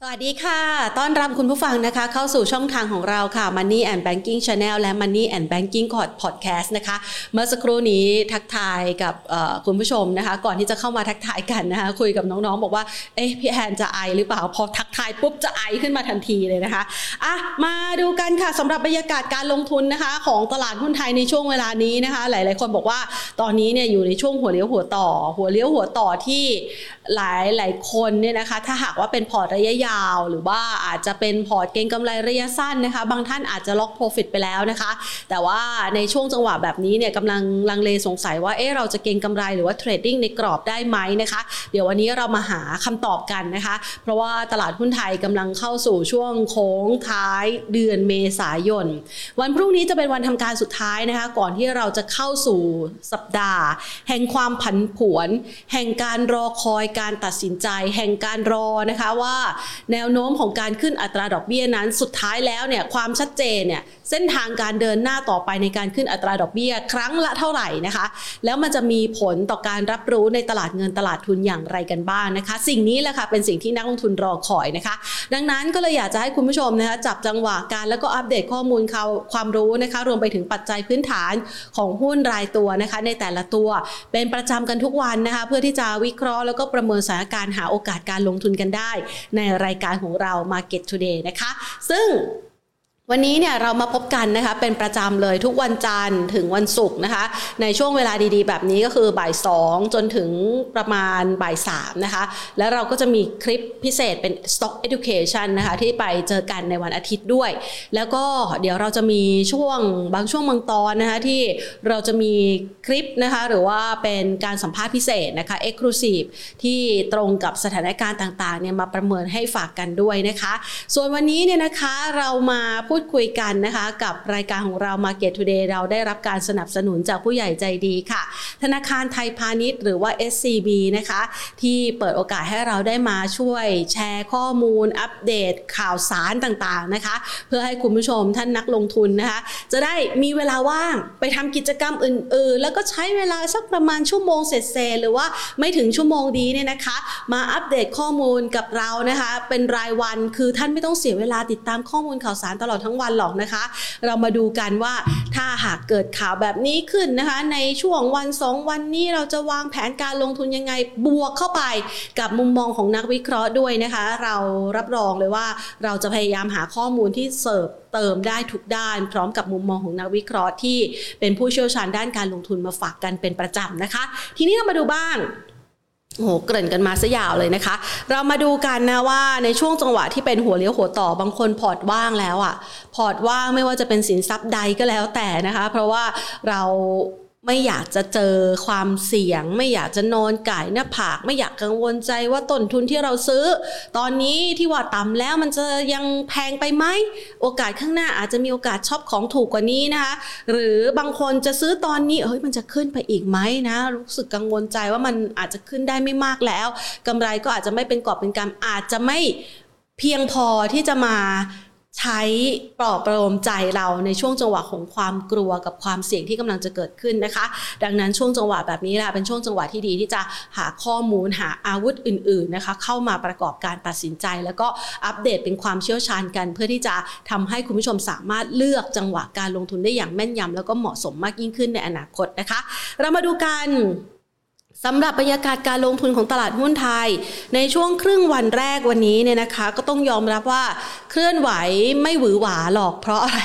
สวัสดีค่ะต้อนรับคุณผู้ฟังนะคะเข้าสู่ช่องทางของเราค่ะ Money and Banking Channel และ Money and Banking Podcast นะคะเมื่อสักครู่นี้ทักทายกับคุณผู้ชมนะคะก่อนที่จะเข้ามาทักทายกันนะคะคุยกับน้องๆบอกว่าพี่แอนจะไอหรือเปล่าพอทักทายปุ๊บจะไอขึ้นมาทันทีเลยนะคะมาดูกันค่ะสำหรับบรรยากาศการลงทุนนะคะของตลาดหุ้นไทยในช่วงเวลานี้นะคะหลายๆคนบอกว่าตอนนี้เนี่ยอยู่ในช่วงหัวเลี้ยวหัวต่อที่หลายคนเนี่ยนะคะถ้าหากว่าเป็นพอร์ตระยะยาวหรือว่าอาจจะเป็นพอร์ตเก็งกำไรระยะสั้นนะคะบางท่านอาจจะล็อก profit ไปแล้วนะคะแต่ว่าในช่วงจังหวะแบบนี้เนี่ยกำลังลังเลสงสัยว่าเราจะเก็งกำไรหรือว่าเทรดดิ้งในกรอบได้ไหมนะคะเดี๋ยววันนี้เรามาหาคำตอบกันนะคะเพราะว่าตลาดหุ้นไทยกำลังเข้าสู่ช่วงโค้งท้ายเดือนเมษายนวันพรุ่งนี้จะเป็นวันทำการสุดท้ายนะคะก่อนที่เราจะเข้าสู่สัปดาห์แห่งความผันผวนแห่งการรอคอยการตัดสินใจแห่งการรอนะคะว่าแนวโน้มของการขึ้นอัตราดอกเบี้ยนั้นสุดท้ายแล้วเนี่ยความชัดเจนเนี่ยเส้นทางการเดินหน้าต่อไปในการขึ้นอัตราดอกเบี้ยครั้งละเท่าไหร่นะคะแล้วมันจะมีผลต่อการรับรู้ในตลาดเงินตลาดทุนอย่างไรกันบ้างนะคะสิ่งนี้แหละค่ะเป็นสิ่งที่นักลงทุนรอคอยนะคะดังนั้นก็เลยอยากจะให้คุณผู้ชมนะคะจับจังหวะการแล้วก็อัปเดตข้อมูลความรู้นะคะรวมไปถึงปัจจัยพื้นฐานของหุ้นรายตัวนะคะในแต่ละตัวเป็นประจำกันทุกวันนะคะเพื่อที่จะวิเคราะห์แล้วก็ประเมินสถานการณ์หาโอกาสการลงทุนกันได้ในรายการของเรา Market Today นะคะซึ่งวันนี้เนี่ยเรามาพบกันนะคะเป็นประจำเลยทุกวันจันทร์ถึงวันศุกร์นะคะในช่วงเวลาดีๆแบบนี้ก็คือบ่าย2จนถึงประมาณบ่าย3นะคะแล้วเราก็จะมีคลิปพิเศษเป็น Stock Education นะคะที่ไปเจอกันในวันอาทิตย์ด้วยแล้วก็เดี๋ยวเราจะมีบางช่วงบางตอนนะคะที่เราจะมีคลิปนะคะหรือว่าเป็นการสัมภาษณ์พิเศษนะคะ Exclusive ที่ตรงกับสถานการณ์ต่างๆเนี่ยมาประเมินให้ฝากกันด้วยนะคะส่วนวันนี้เนี่ยนะคะเรามาพูดคุยกันนะคะกับรายการของเรา Market Today เราได้รับการสนับสนุนจากผู้ใหญ่ใจดีค่ะธนาคารไทยพาณิชย์หรือว่า SCB นะคะที่เปิดโอกาสให้เราได้มาช่วยแชร์ข้อมูลอัปเดตข่าวสารต่างๆนะคะเพื่อให้คุณผู้ชมท่านนักลงทุนนะคะจะได้มีเวลาว่างไปทำกิจกรรมอื่นๆแล้วก็ใช้เวลาสักประมาณชั่วโมงเศษๆหรือว่าไม่ถึงชั่วโมงดีเนี่ยนะคะมาอัปเดตข้อมูลกับเรานะคะเป็นรายวันคือท่านไม่ต้องเสียเวลาติดตามข้อมูลข่าวสารตลอดทั้งวันหรอกนะคะเรามาดูกันว่าถ้าหากเกิดข่าวแบบนี้ขึ้นนะคะในช่วงวัน2วันนี้เราจะวางแผนการลงทุนยังไงบวกเข้าไปกับมุมมองของนักวิเคราะห์ด้วยนะคะเรารับรองเลยว่าเราจะพยายามหาข้อมูลที่เติมได้ทุกด้านพร้อมกับมุมมองของนักวิเคราะห์ที่เป็นผู้เชี่ยวชาญด้านการลงทุนมาฝากกันเป็นประจำนะคะทีนี้เรามาดูบ้างเกริ่นกันมาซะยาวเลยนะคะเรามาดูกันนะว่าในช่วงจังหวะที่เป็นหัวเลี้ยวหัวต่อบางคนพอร์ตว่างแล้วพอร์ตว่างไม่ว่าจะเป็นสินทรัพย์ใดก็แล้วแต่นะคะเพราะว่าเราไม่อยากจะเจอความเสี่ยงไม่อยากจะนอนก่ายหน้าผากไม่อยากกังวลใจว่าต้นทุนที่เราซื้อตอนนี้ที่ว่าต่ำแล้วมันจะยังแพงไปไหมโอกาสข้างหน้าอาจจะมีโอกาสช็อปของถูกกว่านี้นะคะหรือบางคนจะซื้อตอนนี้มันจะขึ้นไปอีกไหมนะรู้สึกกังวลใจว่ามันอาจจะขึ้นได้ไม่มากแล้วกำไรก็อาจจะไม่เป็นกอบเป็นกำอาจจะไม่เพียงพอที่จะมาใช้ปลอบประโลมใจเราในช่วงจังหวะของความกลัวกับความเสี่ยงที่กำลังจะเกิดขึ้นนะคะดังนั้นช่วงจังหวะแบบนี้แหละเป็นช่วงจังหวะที่ดีที่จะหาข้อมูลหาอาวุธอื่นๆนะคะเข้ามาประกอบการตัดสินใจแล้วก็อัปเดตเป็นความเชี่ยวชาญกันเพื่อที่จะทำให้คุณผู้ชมสามารถเลือกจังหวะการลงทุนได้อย่างแม่นยำแล้วก็เหมาะสมมากยิ่งขึ้นในอนาคตนะคะเรามาดูกันสำหรับบรรยากาศการลงทุนของตลาดหุ้นไทยในช่วงครึ่งวันแรกวันนี้เนี่ยนะคะก็ต้องยอมรับว่าเคลื่อนไหวไม่หวือหวาหรอกเพราะอะไร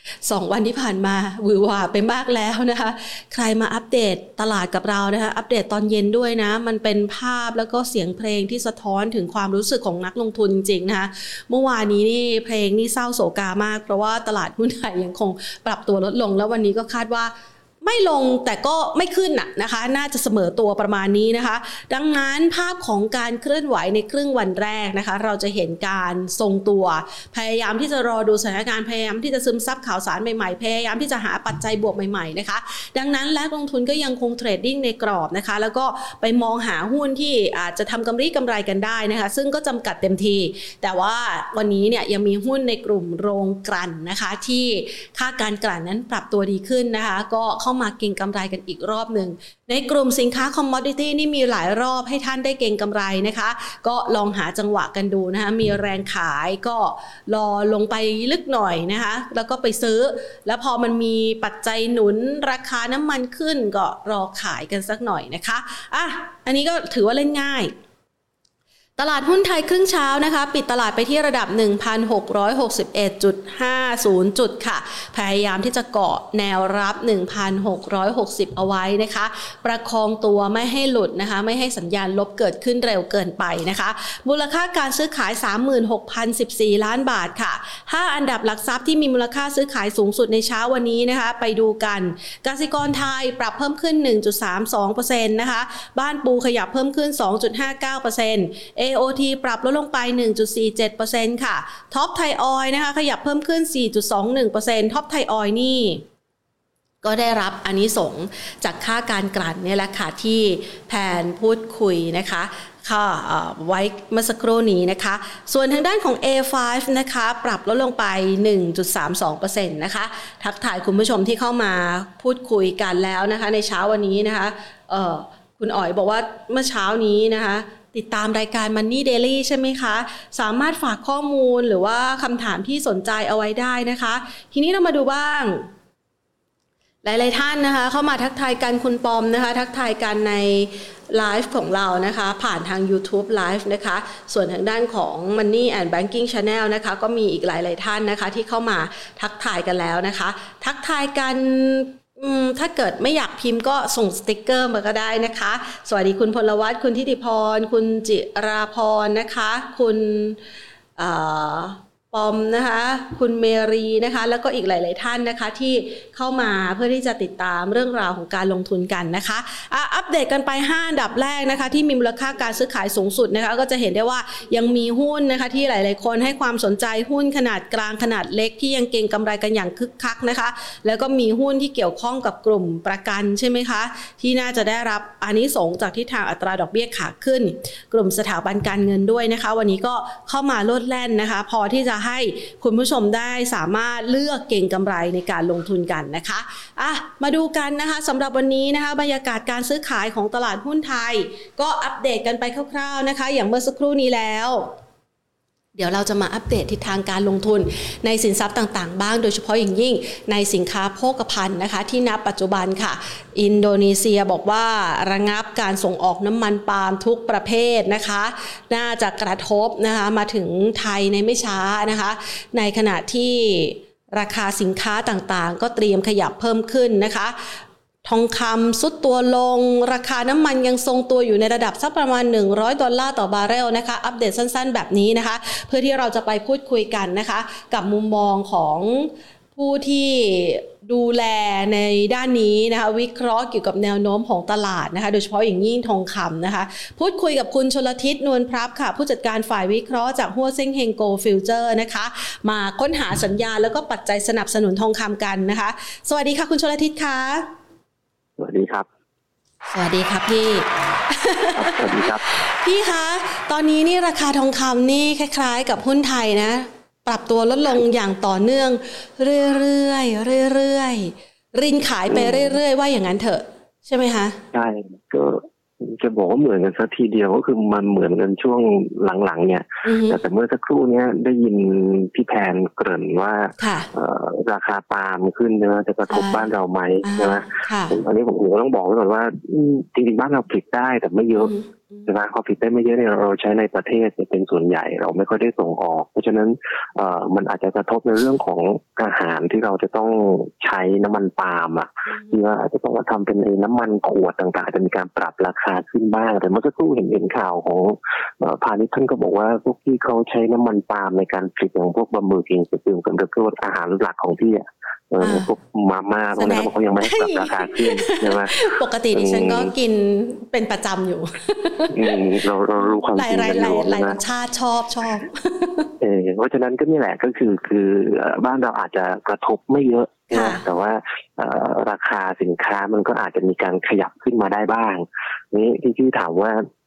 2วันที่ผ่านมาหวือหวาไปมากแล้วนะคะใครมาอัปเดตตลาดกับเรานะคะอัปเดตตอนเย็นด้วยนะมันเป็นภาพแล้วก็เสียงเพลงที่สะท้อนถึงความรู้สึกของนักลงทุนจริงๆนะคะเมื่อวานนี้นี่เพลงนี่เศร้าโศกามากเพราะว่าตลาดหุ้นไทยยังคงปรับตัวลดลงแล้ววันนี้ก็คาดว่าไม่ลงแต่ก็ไม่ขึ้นนะคะน่าจะเสมอตัวประมาณนี้นะคะดังนั้นภาพของการเคลื่อนไหวในครึ่งวันแรกนะคะเราจะเห็นการทรงตัวพยายามที่จะรอดูสถานการณ์พยายามที่จะซึมซับข่าวสารใหม่ๆพยายามที่จะหาปัจจัยบวกใหม่ๆนะคะดังนั้นนักลงทุนก็ยังคงเทรดดิ้งในกรอบนะคะแล้วก็ไปมองหาหุ้นที่อาจจะทำกำไรกันได้นะคะซึ่งก็จำกัดเต็มทีแต่ว่าวันนี้เนี่ยยังมีหุ้นในกลุ่มโรงกลั่นนะคะที่ค่าการกลั่นนั้นปรับตัวดีขึ้นนะคะก็เข้ามาเก็งกำไรกันอีกรอบหนึ่งในกลุ่มสินค้าคอมมอดิตี้นี่มีหลายรอบให้ท่านได้เก็งกำไรนะคะก็ลองหาจังหวะกันดูนะคะมีแรงขายก็รอลงไปลึกหน่อยนะคะแล้วก็ไปซื้อแล้วพอมันมีปัจจัยหนุนราคาน้ำมันขึ้นก็รอขายกันสักหน่อยนะคะอันนี้ก็ถือว่าเล่นง่ายตลาดหุ้นไทยครึ่งเช้านะคะปิดตลาดไปที่ระดับ 1,661.50 จุดค่ะพยายามที่จะเกาะแนวรับ 1,660 เอาไว้นะคะประคองตัวไม่ให้หลุดนะคะไม่ให้สัญญาณลบเกิดขึ้นเร็วเกินไปนะคะมูลค่าการซื้อขาย 36,014 ล้านบาทค่ะ5อันดับหลักทรัพย์ที่มีมูลค่าซื้อขายสูงสุดในเช้าวันนี้นะคะไปดูกันกสิกรไทยปรับเพิ่มขึ้น 1.32% นะคะบ้านปูขยับเพิ่มขึ้น 2.59%AOT ปรับลดลงไป 1.47% ค่ะท็อปไทยออยล์นะคะขยับเพิ่มขึ้น 4.21% ท็อปไทยออยล์นี่ก็ได้รับอานิสงส์จากค่าการกลั่นเนี่ยแหละค่ะที่แผนพูดคุยนะคะค่ะไว้เมื่อสักครู่นี้นะคะส่วนทางด้านของ A5 นะคะปรับลดลงไป 1.32% นะคะทักทายคุณผู้ชมที่เข้ามาพูดคุยกันแล้วนะคะในเช้าวันนี้นะคะคุณอ๋อยบอกว่าเมื่อเช้านี้นะคะติดตามรายการ Money Daily ใช่ไหมคะสามารถฝากข้อมูลหรือว่าคำถามที่สนใจเอาไว้ได้นะคะทีนี้เรามาดูบ้างหลายๆท่านนะคะเข้ามาทักทายกันคุณปอมนะคะทักทายกันในไลฟ์ของเรานะคะผ่านทาง YouTube Live นะคะส่วนทางด้านของ Money and Banking Channel นะคะก็มีอีกหลายๆท่านนะคะที่เข้ามาทักทายกันแล้วนะคะทักทายกันถ้าเกิดไม่อยากพิมพ์ก็ส่งสติกเกอร์มาก็ได้นะคะสวัสดีคุณพลวัฒน์คุณทิติพรคุณจิราพรนะคะคุณปอมนะคะคุณเมรีนะคะแล้วก็อีกหลายๆท่านนะคะที่เข้ามาเพื่อที่จะติดตามเรื่องราวของการลงทุนกันนะคะอัปเดตกันไป5อันดับแรกนะคะที่มีมูลค่าการซื้อขายสูงสุดนะคะก็จะเห็นได้ว่ายังมีหุ้นนะคะที่หลายๆคนให้ความสนใจหุ้นขนาดกลางขนาดเล็กที่ยังเก็งกำไรกันอย่างคึกคักนะคะแล้วก็มีหุ้นที่เกี่ยวข้องกับกลุ่มประกันใช่ไหมคะที่น่าจะได้รับอานิสงส์จากทิศทางอัตราดอกเบี้ยขาขึ้นกลุ่มสถาบันการเงินด้วยนะคะวันนี้ก็เข้ามาโลดแล่นนะคะพอที่จะให้คุณผู้ชมได้สามารถเลือกเก็งกำไรในการลงทุนกันนะคะมาดูกันนะคะสำหรับวันนี้นะคะบรรยากาศการซื้อขายของตลาดหุ้นไทยก็อัปเดตกันไปคร่าวๆนะคะอย่างเมื่อสักครู่นี้แล้วเดี๋ยวเราจะมาอัปเดตทิศทางการลงทุนในสินทรัพย์ต่างๆบ้างโดยเฉพาะอย่างยิ่งในสินค้าโภคภัณฑ์นะคะที่ณปัจจุบันค่ะอินโดนีเซียบอกว่าระงับการส่งออกน้ำมันปาล์มทุกประเภทนะคะน่าจะกระทบนะคะมาถึงไทยในไม่ช้านะคะในขณะที่ราคาสินค้าต่างๆก็เตรียมขยับเพิ่มขึ้นนะคะทองคำซุดตัวลงราคาน้ำมันยังทรงตัวอยู่ในระดับสักประมาณ$100ต่อบาร์เรลนะคะอัปเดตสั้นๆแบบนี้นะคะเพื่อที่เราจะไปพูดคุยกันนะคะกับมุมมองของผู้ที่ดูแลในด้านนี้นะคะวิเคราะห์เกี่ยวกับแนวโน้มของตลาดนะคะโดยเฉพาะอย่างยิ่งทองคำนะคะพูดคุยกับคุณชลทิศนวลพรับค่ะผู้จัดการฝ่ายวิเคราะห์จากหัวเซ็งเฮงโกลฟิวเจอร์นะคะมาค้นหาสัญญาณแล้วก็ปัจจัยสนับสนุนทองคำกันนะคะสวัสดีค่ะคุณชลทิศค่ะสวัสดีครับสวัสดีครับพี่สวัสดีครับพี่คะตอนนี้นี่ราคาทองคำนี่คล้ายๆกับหุ้นไทยนะปรับตัวลดลงอย่างต่อเนื่องเรื่อยๆรินขายไปเรื่อยๆว่าอย่างนั้นเถอะใช่ไหมคะใช่ก็จะบอกว่าเหมือนกันสักทีเดียวก็คือมันเหมือนกันช่วงหลังๆเนี่ยแต่เมื่อสักครู่นี้ได้ยินพี่แพนเกริ่นว่าราคาปาล์มขึ้นนะจะกระทบบ้านเราไหมใช่ไหมอันนี้ผมก็ต้องบอกไว้ก่อนว่าจริงๆบ้านเราผลิตได้แต่ไม่เยอะใช่ไหมพอผลิตได้ไม่เยอะเนี่ยเราใช้ในประเทศเป็นส่วนใหญ่เราไม่ค่อยได้ส่งออกเพราะฉะนั้นมันอาจจะกระทบในเรื่องของอาหารที่เราจะต้องใช้น้ำมันปาล์มที่ว่าอาจจะต้องมาทำเป็นน้ำมันขวดต่างๆจะมีการปรับราคาขึ้นบ้างแต่เมื่อสักครู่เห็นข่าวของพาณิชย์ท่านก็บอกว่าพวกที่เขาใช้น้ำมันปาล์มในการผลิตอย่างพวกบะหมี่เองจะเป็นกับพวกอาหารหลักของที่พวกมาม่าพวกนั้นเขายังไม่ปรับราคาขึ้นใช่ไหมปกติดิฉันก็กินเป็นประจำอยู่เรารู้ความจริงกันอยู่หลายชาติชอบเพราะฉะนั้นก็นี่แหละก็คือบ้านเราอาจจะกระทบไม่เยอะนะแต่ว่าราคาสินค้ามันก็อาจจะมีการขยับขึ้นมาได้บ้างนี่ที่ถามว่า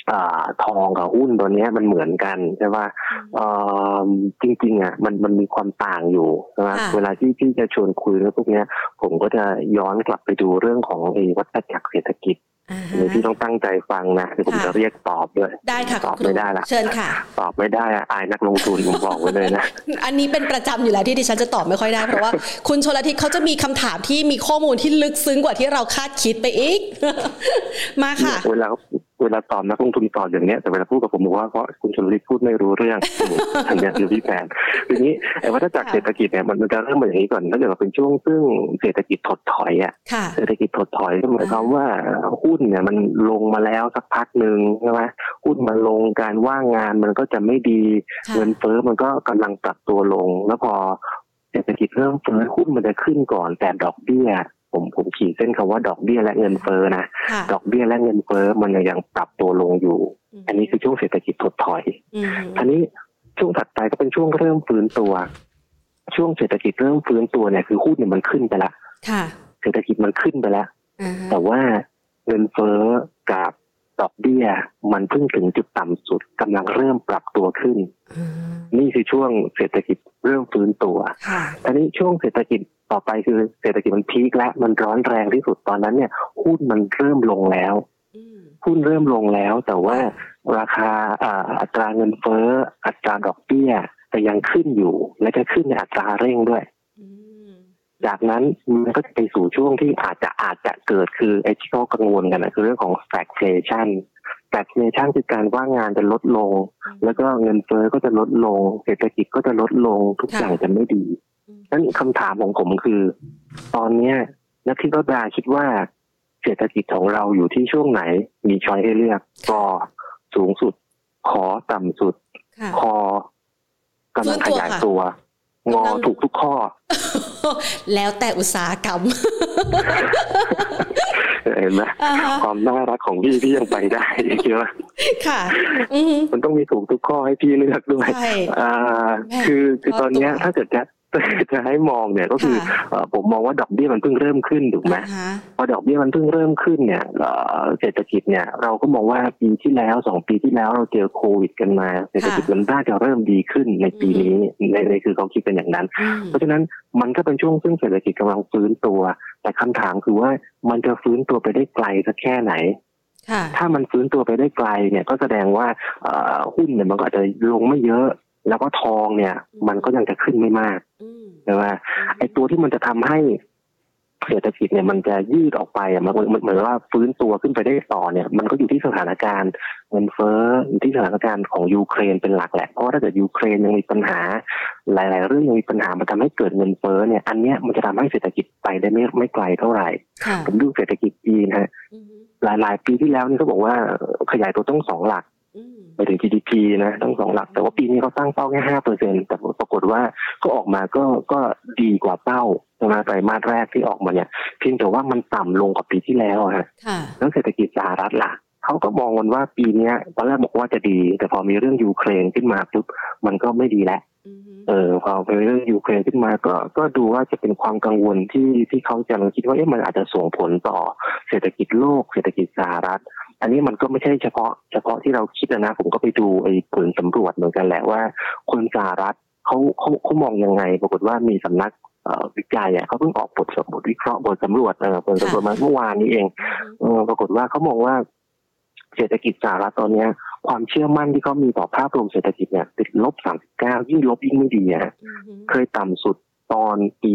ทองกับหุ้นตัวนี้มันเหมือนกันใช่ป่ะจริงๆอ่ะมันมีความต่างอยู่ใช่ไหมเวลาที่จะชวนคุยเรื่องพวกนี้ผมก็จะย้อนกลับไปดูเรื่องของวัฏจักรเศรษฐกิจหรือที่ต้องตั้งใจฟังนะคือผมจะเรียกตอบด้วยได้ค่ะตอบไม่ได้ละเชิญค่ะตอบไม่ได้อายนักลงทุนผมบอกไว้เลยนะอันนี้เป็นประจำอยู่แล้วที่ดิฉันจะตอบไม่ค่อยได้เพราะว่าคุณชลทิศเขาจะมีคำถามที่มีข้อมูลที่ลึกซึ้งกว่าที่เราคาดคิดไปอีก มาค่ะเวลาตอบนักลงทุนตอบอย่างเนี้ยแต่เวลาพูดกับผมบอกว่าเพราะคุณชลทิศพูดไม่รู้เรื่องอันนี้คือพี่แฟนทีนี้วัฏจักรเศรษฐกิจเนี่ยมันจะเริ่มมาอย่างนี้ก่อนถ้าเกิดว่าเป็นช่วงซึ่งเศรษฐกิจถดถอยเศรษฐกิจถดถอยก็หมายความว่าหุ้นเนี่ยมันลงมาแล้วสักพักนึงใช่ไหมหุ้นมันลงการว่างงานมันก็จะไม่ดีเงินเฟ้อมันก็กำลังปรับตัวลงแล้วพอเศรษฐกิจเริ่มเฟ้อหุ้นมันจะขึ้นก่อนแต่ดอกเบี้ยผมขีดเส้นคำว่าดอกเบี้ยและเงินเฟ้อนะดอกเบี้ยและเงินเฟ้อมันยังปรับตัวลงอยู่อันนี้คือช่วงเศรษฐกิจถดถอยอันนี้ช่วงถัดไปก็เป็นช่วงเริ่มฟื้นตัวช่วงเศรษฐกิจเริ่มฟื้นตัวเนี่ยคือหุ้นเนี่ยมันขึ้นไปแล้วเศรษฐกิจมันขึ้นไปแล้วแต่ว่าเงินเฟ้อกับดอกเบี้ยมันเพิ่งถึงจุดต่ำสุดกำลังเริ่มปรับตัวขึ้นนี่คือช่วงเศรษฐกิจเริ่มฟื้นตัวอันนี้ช่วงเศรษฐกิจต่อไปคือเศรษฐกิจมันพีคแล้วมันร้อนแรงที่สุดตอนนั้นเนี่ยหุ้นมันเริ่มลงแล้วหุ้นเริ่มลงแล้วแต่ว่าราคาอัตราเงินเฟ้ออัตราดอกเบี้ยแต่ยังขึ้นอยู่และจะขึ้นในอัตราเร่งด้วยจากนั้นมันก็จะไปสู่ช่วงที่อาจจะเกิดคือไอ้ที่เขากังวลกันนะคือเรื่องของ stagflation คือการว่างงานจะลดลงแล้วก็เงินเฟ้อก็จะลดลงเศรษฐกิจก็จะลดลงทุกอย่างจะไม่ดีนั่นคำถามของผมคือตอนนี้นักวิเคราะห์คิดว่าเศรษฐกิจของเราอยู่ที่ช่วงไหนมีช้อยให้เลือกกสูงสุดขอต่ำสุดคอกำลังขยายตัวงอถูกทุกข้อแล้วแต่อุตสาหกรรมเห็นไหมความน่ารักของพี่ยังไปได้เยอะค่ะมันต้องมีถูกทุกข้อให้พี่เลือกด้วยคือตอนนี้ถ้าเกิดจะให้มองเนี่ยก็คือผมมองว่าดอกเบี้ยมันเพิ่งเริ่มขึ้นถูกไหมพอดอกเบี้ยมันเพิ่งเริ่มขึ้นเนี่ยเศรษฐกิจเนี่ยเราก็มองว่าปีที่แล้ว2 ปีที่แล้วเราเจอโควิดกันมาเศรษฐกิจมันน่าจะเริ่มดีขึ้นในปีนี้ในคือเขาคิดเป็นอย่างนั้นเพราะฉะนั้นมันก็เป็นช่วงซึ่งเศรษฐกิจกำลังฟื้นตัวแต่คำถามคือว่ามันจะฟื้นตัวไปได้ไกลสักแค่ไหนถ้ามันฟื้นตัวไปได้ไกลเนี่ยก็แสดงว่าหุ้นเนี่ยมันก็อาจจะลงไม่เยอะแล้วก็ทองเนี่ยมันก็ยังจะขึ้นไม่มากใช่ไหมไอ้ตัวที่มันจะทำให้เศรษฐกิจเนี่ยมันจะยืดออกไปมันเหมือนว่าฟื้นตัวขึ้นไปได้ต่อเนี่ยมันก็อยู่ที่สถานการณ์เงินเฟ้ออยู่ที่สถานการณ์ของยูเครนเป็นหลักแหละเพราะว่าถ้าเกิดยูเครนยังมีปัญหาหลายๆเรื่องยังมีปัญหามันทำให้เกิดเงินเฟ้อเนี่ยอันเนี้ยมันจะทำให้เศรษฐกิจไปได้ไม่ไกลเท่าไหร่ผมดูเศรษฐกิจจีนฮะหลายๆปีที่แล้วนี่เขาบอกว่าขยายตัวต้อง2 หลักไปถึง GDP นะทั้ง2 หลักแต่ว่าปีนี้เขาตั้งเป้าแค่ 5% แต่ปรากฏว่าก็ออกมาก็ดีกว่าเป้าไตรมาสแรกที่ออกมาเนี่ยเพียงแต่ว่ามันต่ำลงกว่าปีที่แล้วฮะแล้วเศรษฐกิจสหรัฐล่ะเขาก็มองกันว่าปีนี้ตอนแรกบอกว่าจะดีแต่พอมีเรื่องยูเครนขึ้นมาปุ๊บมันก็ไม่ดีแล้วพอเป็นเรื่องยูเครนขึ้นมาก็ดูว่าจะเป็นความกังวลที่เขาจะคิดว่ามันอาจจะส่งผลต่อเศรษฐกิจโลกเศรษฐกิจสหรัฐอันนี้มันก็ไม่ใช่เฉพาะที่เราคิดนะผมก็ไปดูไอ้ผลสำรวจเหมือนกันแหละว่าคนสหรัฐเขามองยังไงปรากฏว่ามีสำนักวิจัยเขาเพิ่งออกบทวิเคราะห์บทสำรวจผลสำรวจมาเมื่อวานนี้เองปรากฏว่าเขามองว่าเศรษฐกิจสหรัฐตอนนี้ความเชื่อมั่นที่เขามีต่อภาพรวมเศรษฐกิจเนี่ยติดลบ39ยิ่งลบยิ่งไม่ดีเคยต่ำสุดตอนปี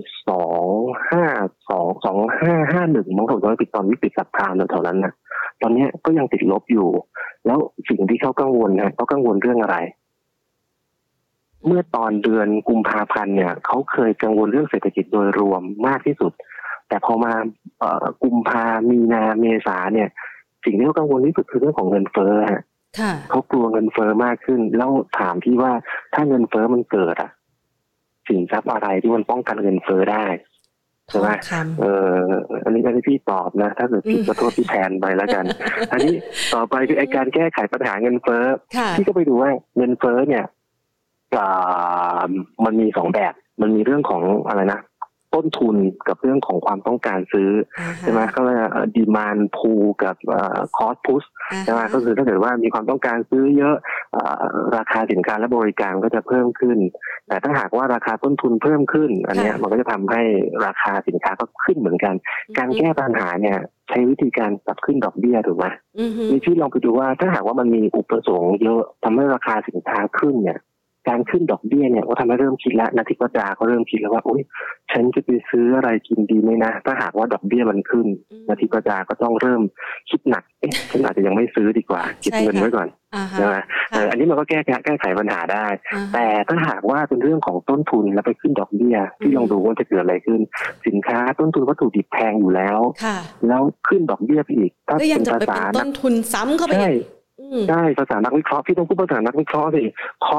2551มั้งผมจำไม่ผิดตอนวิกฤตซับไพรม์แถวนั้นนะตอนนี้ก็ยังติดลบอยู่แล้วสิ่งที่เขากังวลเขากังวลเรื่องอะไรเมื่อตอนเดือนกุมภาพันธ์เนี่ยเขาเคยกังวลเรื่องเศรษฐกิจโดยรวมมากที่สุดแต่พอมากุมภามีนาเมษาเนี่ยสิ่งที่เขากังวลที่สุดคือเรื่องของเงินเฟ้อเขากลัวเงินเฟ้อมากขึ้นแล้วถามพี่ว่าถ้าเงินเฟ้อมันเกิดสินทรัพย์อะไรที่มันป้องกันเงินเฟ้อได้ใช่ไหมอันนี้พี่ตอบนะถ้าเกิดผิดก็โทษพี่แทนไปแล้วกัน อันนี้ต่อไปคือไอ้การแก้ไขปัญหาเงินเฟ้อพี่ก็ไปดูว่าเงินเฟ้อเนี่ยมันมี2 แบบมันมีเรื่องของอะไรนะต้ต้นทุนกับเรื่องของความต้องการซื้อใช่ไหมก็เลยดีมานด์พูลกับคอสพุชใช่ไหมก็คือถ้าเกิดว่ามีความต้องการซื้อเยอะราคาสินค้าและบริการก็จะเพิ่มขึ้นแต่ถ้าหากว่าราคาต้นทุนเพิ่มขึ้นอันนี้มันก็จะทำให้ราคาสินค้าก็ขึ้นเหมือนกันการแก้ปัญหาเนี่ยใช้วิธีการปรับขึ้นดอกเบี้ยถูกไหมนี่พี่ลองไปดูว่าถ้าหากว่ามันมีอุปสงค์เยอะทำให้ราคาสินค้าขึ้นเนี่ยการขึ้นดอกเบี้ยเนี่ยก็ทำให้เริ่มคิดแล้วนาทิปดาก็เริ่มคิดแล้วว่าโอ๊ยฉันจะไปซื้ออะไรกินดีไหมนะถ้าหากว่าดอกเบี้ยมันขึ้นนาทิปดาก็ต้องเริ่มคิดหนักฉันอาจจะยังไม่ซื้อดีกว่าเก็บเงินไว้ก่อนใช่ไหมอันนี้มันก็แก้ไขปัญหาได้แต่ถ้าหากว่าเป็นเรื่องของต้นทุนแล้วไปขึ้นดอกเบี้ยที่ลองดูว่าจะเกิดอะไรขึ้นสินค้าต้นทุนวัตถุดิบแพงอยู่แล้วแล้วขึ้นดอกเบี้ยไปอีกถ้าเป็นภาษาต้นทุนซ้ำเข้าไปใช่ภาษานักวิเคราะห์พี่ต้องพูดภาษานักวิเคราะห์สิ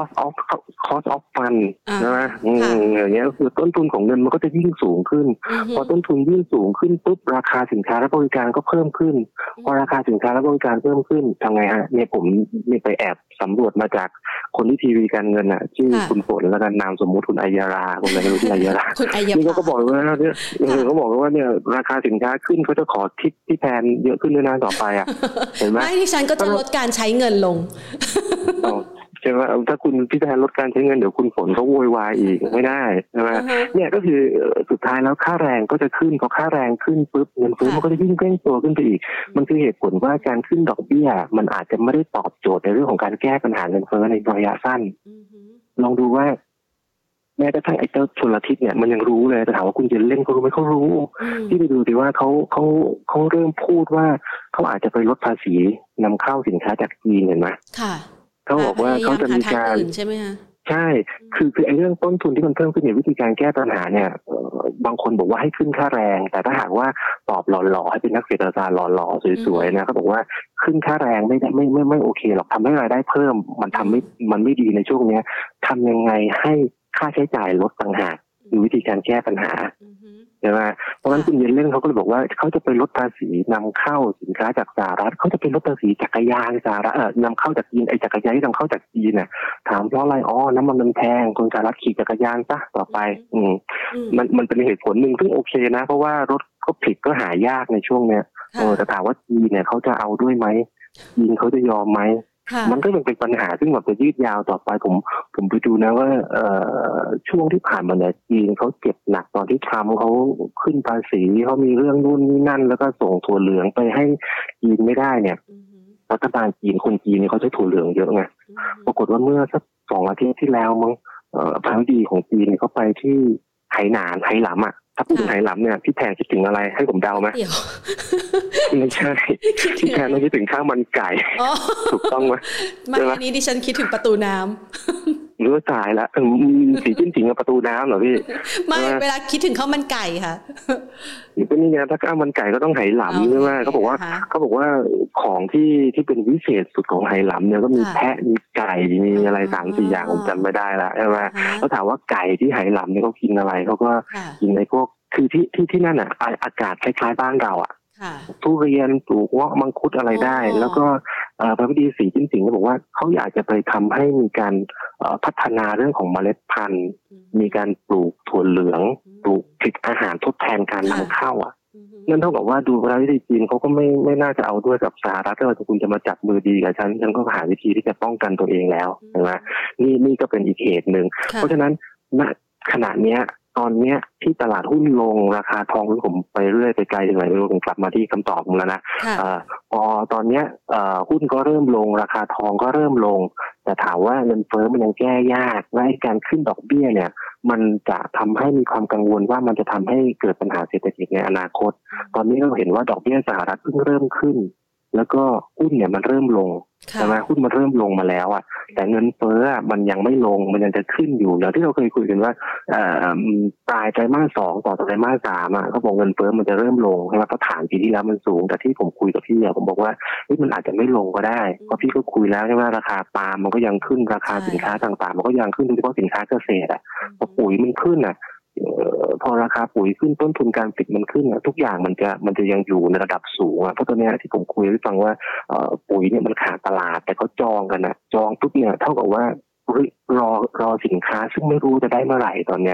cost of fund นะอย่างเงี้ยคือต้นทุนของเงินมันก็จะยิ่งสูงขึ้นพอต้นทุนยิ่งสูงขึ้นปุ๊บราคาสินค้าและบริการก็เพิ่มขึ้นพอราคาสินค้าและบริการเพิ่มขึ้นทำไงฮะเนี่ยผมไปแอบสำรวจมาจากคนที่ทีวีการเงินอ่ะชื่อคุณฝนแล้วกันนามสมมุติคุณอัยยาราคนอะไรไม่รู้ที่อัยยารานี่ก็บอกว่าเนี่ยเขาบอกว่าเนี่ยราคาสินค้าขึ้นเขาจะขอทิปที่แพงเยอะขึ้นด้วยนะต่อไปอ่ะเห็นไหมไม่ดิฉันก็จะลดการใช้เงินลงใช่ไหมถ้าคุณพี่แทนลดการใช้เงินเดี๋ยวคุณฝนเขาโวยวายอีกไม่ได้ใช่ไหมเนี่ยก็คือสุดท้ายแล้วค่าแรงก็จะขึ้นพอค่าแรงขึ้นปุ๊บเงินเฟ้อมันก็จะยิ่งเร่งตัวขึ้นไปอีกมันคือเหตุผลว่าการขึ้นดอกเบี้ยมันอาจจะไม่ได้ตอบโจทย์ในเรื่องของการแก้ปัญหาเงินเฟ้อในระยะสั้นลองดูว่าแม้กระทั่งไอ้เจ้าชลทิศเนี่ยมันยังรู้เลยแต่ถามว่าคุณจะเล่นเขารู้ไหมเขารู้ที่ไปดูดิว่าเขาเริ่มพูดว่าเขาอาจจะไปลดภาษีนำเข้าสินค้าจากจีนเห็นไหมค่ะเขาบอกว่าเขาจะมีการใช่ไหมคะใช่คือไอ้เรื่องต้นทุนที่มันเพิ่มขึ้นเนี่ยวิธีการแก้ปัญหาเนี่ยบางคนบอกว่าให้ขึ้นค่าแรงแต่ถ้าหากว่าตอบหล่อๆให้เป็นนักเศรษฐศาสตร์หล่อๆสวยๆนะเขาบอกว่าขึ้นค่าแรงไม่โอเคหรอกทำให้รายได้เพิ่มมันไม่ดีในช่วงนี้ทำยังไงให้ค่าใช้จ่ายลดต่างหากคือวิธีการแก้ปัญหาใช่ไหมเพราะฉะนั้นคุณเยนเล่นเขาก็เลยบอกว่าเขาจะไปลดภาษีนำเข้าสินค้าจากสหรัฐเขาจะไปลดภาษีจักรยานสหรัฐนำเข้าจากจีนไอ้จักรยานที่นำเข้าจากจีนน่ะถามเพราะอะไรน้ำมันแพงคนสหรัฐขี่จักรยานซะต่อไปมันเป็นเหตุผลหนึ่งซึ่งโอเคนะเพราะว่ารถก็ผิดก็หายากในช่วงเนี้ยแต่ถามว่าจีนเนี่ยเขาจะเอาด้วยไหมจีนเขาจะยอมไหมมันก็ยังเป็นปัญหาซึ่งแบบจะยืดยาวต่อไปผมไปดูนะว่าช่วงที่ผ่านมาเนี่ยจีนเขาเจ็บหนักตอนที่ทรัมป์เขาขึ้นภาษีเขามีเรื่องนู่นนี่นั่นแล้วก็ส่งถั่วเหลืองไปให้จีนไม่ได้เนี่ยรัฐบาลจีนคนจีนเนี่ยเขาใช้ถั่วเหลืองเยอะไงปรากฏว่าเมื่อสัก2 อาทิตย์ที่แล้วมั้งประธานาธิบดีของจีนเขาไปที่ไหหนานไหหลำอ่ะถ้าพูดถึงไหหลำเนี่ยพี่แพนคิดถึงอะไรให้ผมเดาไหมไม่ใช่พี่แพนต้องคิดถึงข้าวมันไก่ถูกต้องไหมไม่อันนี้ดิฉันคิดถึงประตูน้ำรู้ตายแล้วสีจิ้นจิงกับประตูน้ำเหรอพี่ไม่เวลาคิดถึงข้าวมันไก่ค่ะก็นี่ไงถ้าข้าวมันไก่ก็ต้องไหหลำใช่ไหมเขาบอกว่าของที่เป็นวิเศษสุดของไหหลำเนี่ยก็มีแพะมีไก่มีอะไร3-4 อย่างผมจำไม่ได้ละใช่ไหมแล้วถามว่าไก่ที่ไหหลำเนี่ยเขากินอะไรเขาก็กินในพวกคือที่นั่นอ่ะอากาศคล้ายๆบ้านเราอ่ะทุเรียนปลูกเงาะมังคุดอะไรได้แล้วก็พระบดีสีจิ้นผิงก็บอกว่าเขาอยากจะไปทำให้มีการพัฒนาเรื่องของเมล็ดพันธุ์มีการปลูกถั่วเหลืองปลูกผลิตอาหารทดแทนการนำเข้าอ่ะนั่นเท่ากับว่าดูพระบดีจีนเขาก็ไม่น่าจะเอาด้วยกับสหรัฐถ้าคุณจะมาจับมือดีกับฉันก็หาวิธีที่จะป้องกันตัวเองแล้วใช่ไหมนี่ก็เป็นอีกเหตุหนึ่งเพราะฉะนั้นณขณะเนี้ยตอนเนี้ยที่ตลาดหุ้นลงราคาทองผมไปเรื่อยไปไกลถึงไหนไม่รู้ผมกลับมาที่คำตอบผมแล้วนะพอตอนเนี้ยหุ้นก็เริ่มลงราคาทองก็เริ่มลงแต่ถามว่าเงินเฟ้อมันยังแก้ยากและการขึ้นดอกเบี้ยเนี่ยมันจะทำให้มีความกังวลว่ามันจะทำให้เกิดปัญหาเศรษฐกิจในอนาคตตอนนี้เราเห็นว่าดอกเบี้ยสหรัฐเพิ่งเริ่มขึ้นแล้วก็หุ้นเนี่ยมันเริ่มลงใช่ไหมหุ้นมันเริ่มลงมาแล้วอ่ะแต่เงินเฟ้อมันยังไม่ลงมันยังจะขึ้นอยู่อย่างที่เราเคยคุยกันว่าปลายไตรมาส 2ต่อไตรมาส 3อ่ะเขาบอกเงินเฟ้อมันจะเริ่มลงใช่ไหมเพราะฐานปีที่แล้วมันสูงแต่ที่ผมคุยกับพี่ผมบอกว่ามันอาจจะไม่ลงก็ได้เพราะพี่ก็คุยแล้วใช่ไหมราคาปาล์มมันก็ยังขึ้นราคาสินค้าต่างๆมันก็ยังขึ้นโดยเฉพาะสินค้าเกษตรอ่ะพอปุ๋ยมันขึ้นอ่ะพอราคาปุ๋ยขึ้นต้นทุนการผลิตมันขึ้นทุกอย่างมันจะยังอยู่ในระดับสูงเพราะตอนนี้ที่ผมคุยให้ฟังว่าปุ๋ยเนี่ยมันขาดตลาดแต่เขาจองกันจองปุ๊บเนี่ยเท่ากับว่ารอสินค้าซึ่งไม่รู้จะได้เมื่อไหร่ตอนเนี้ย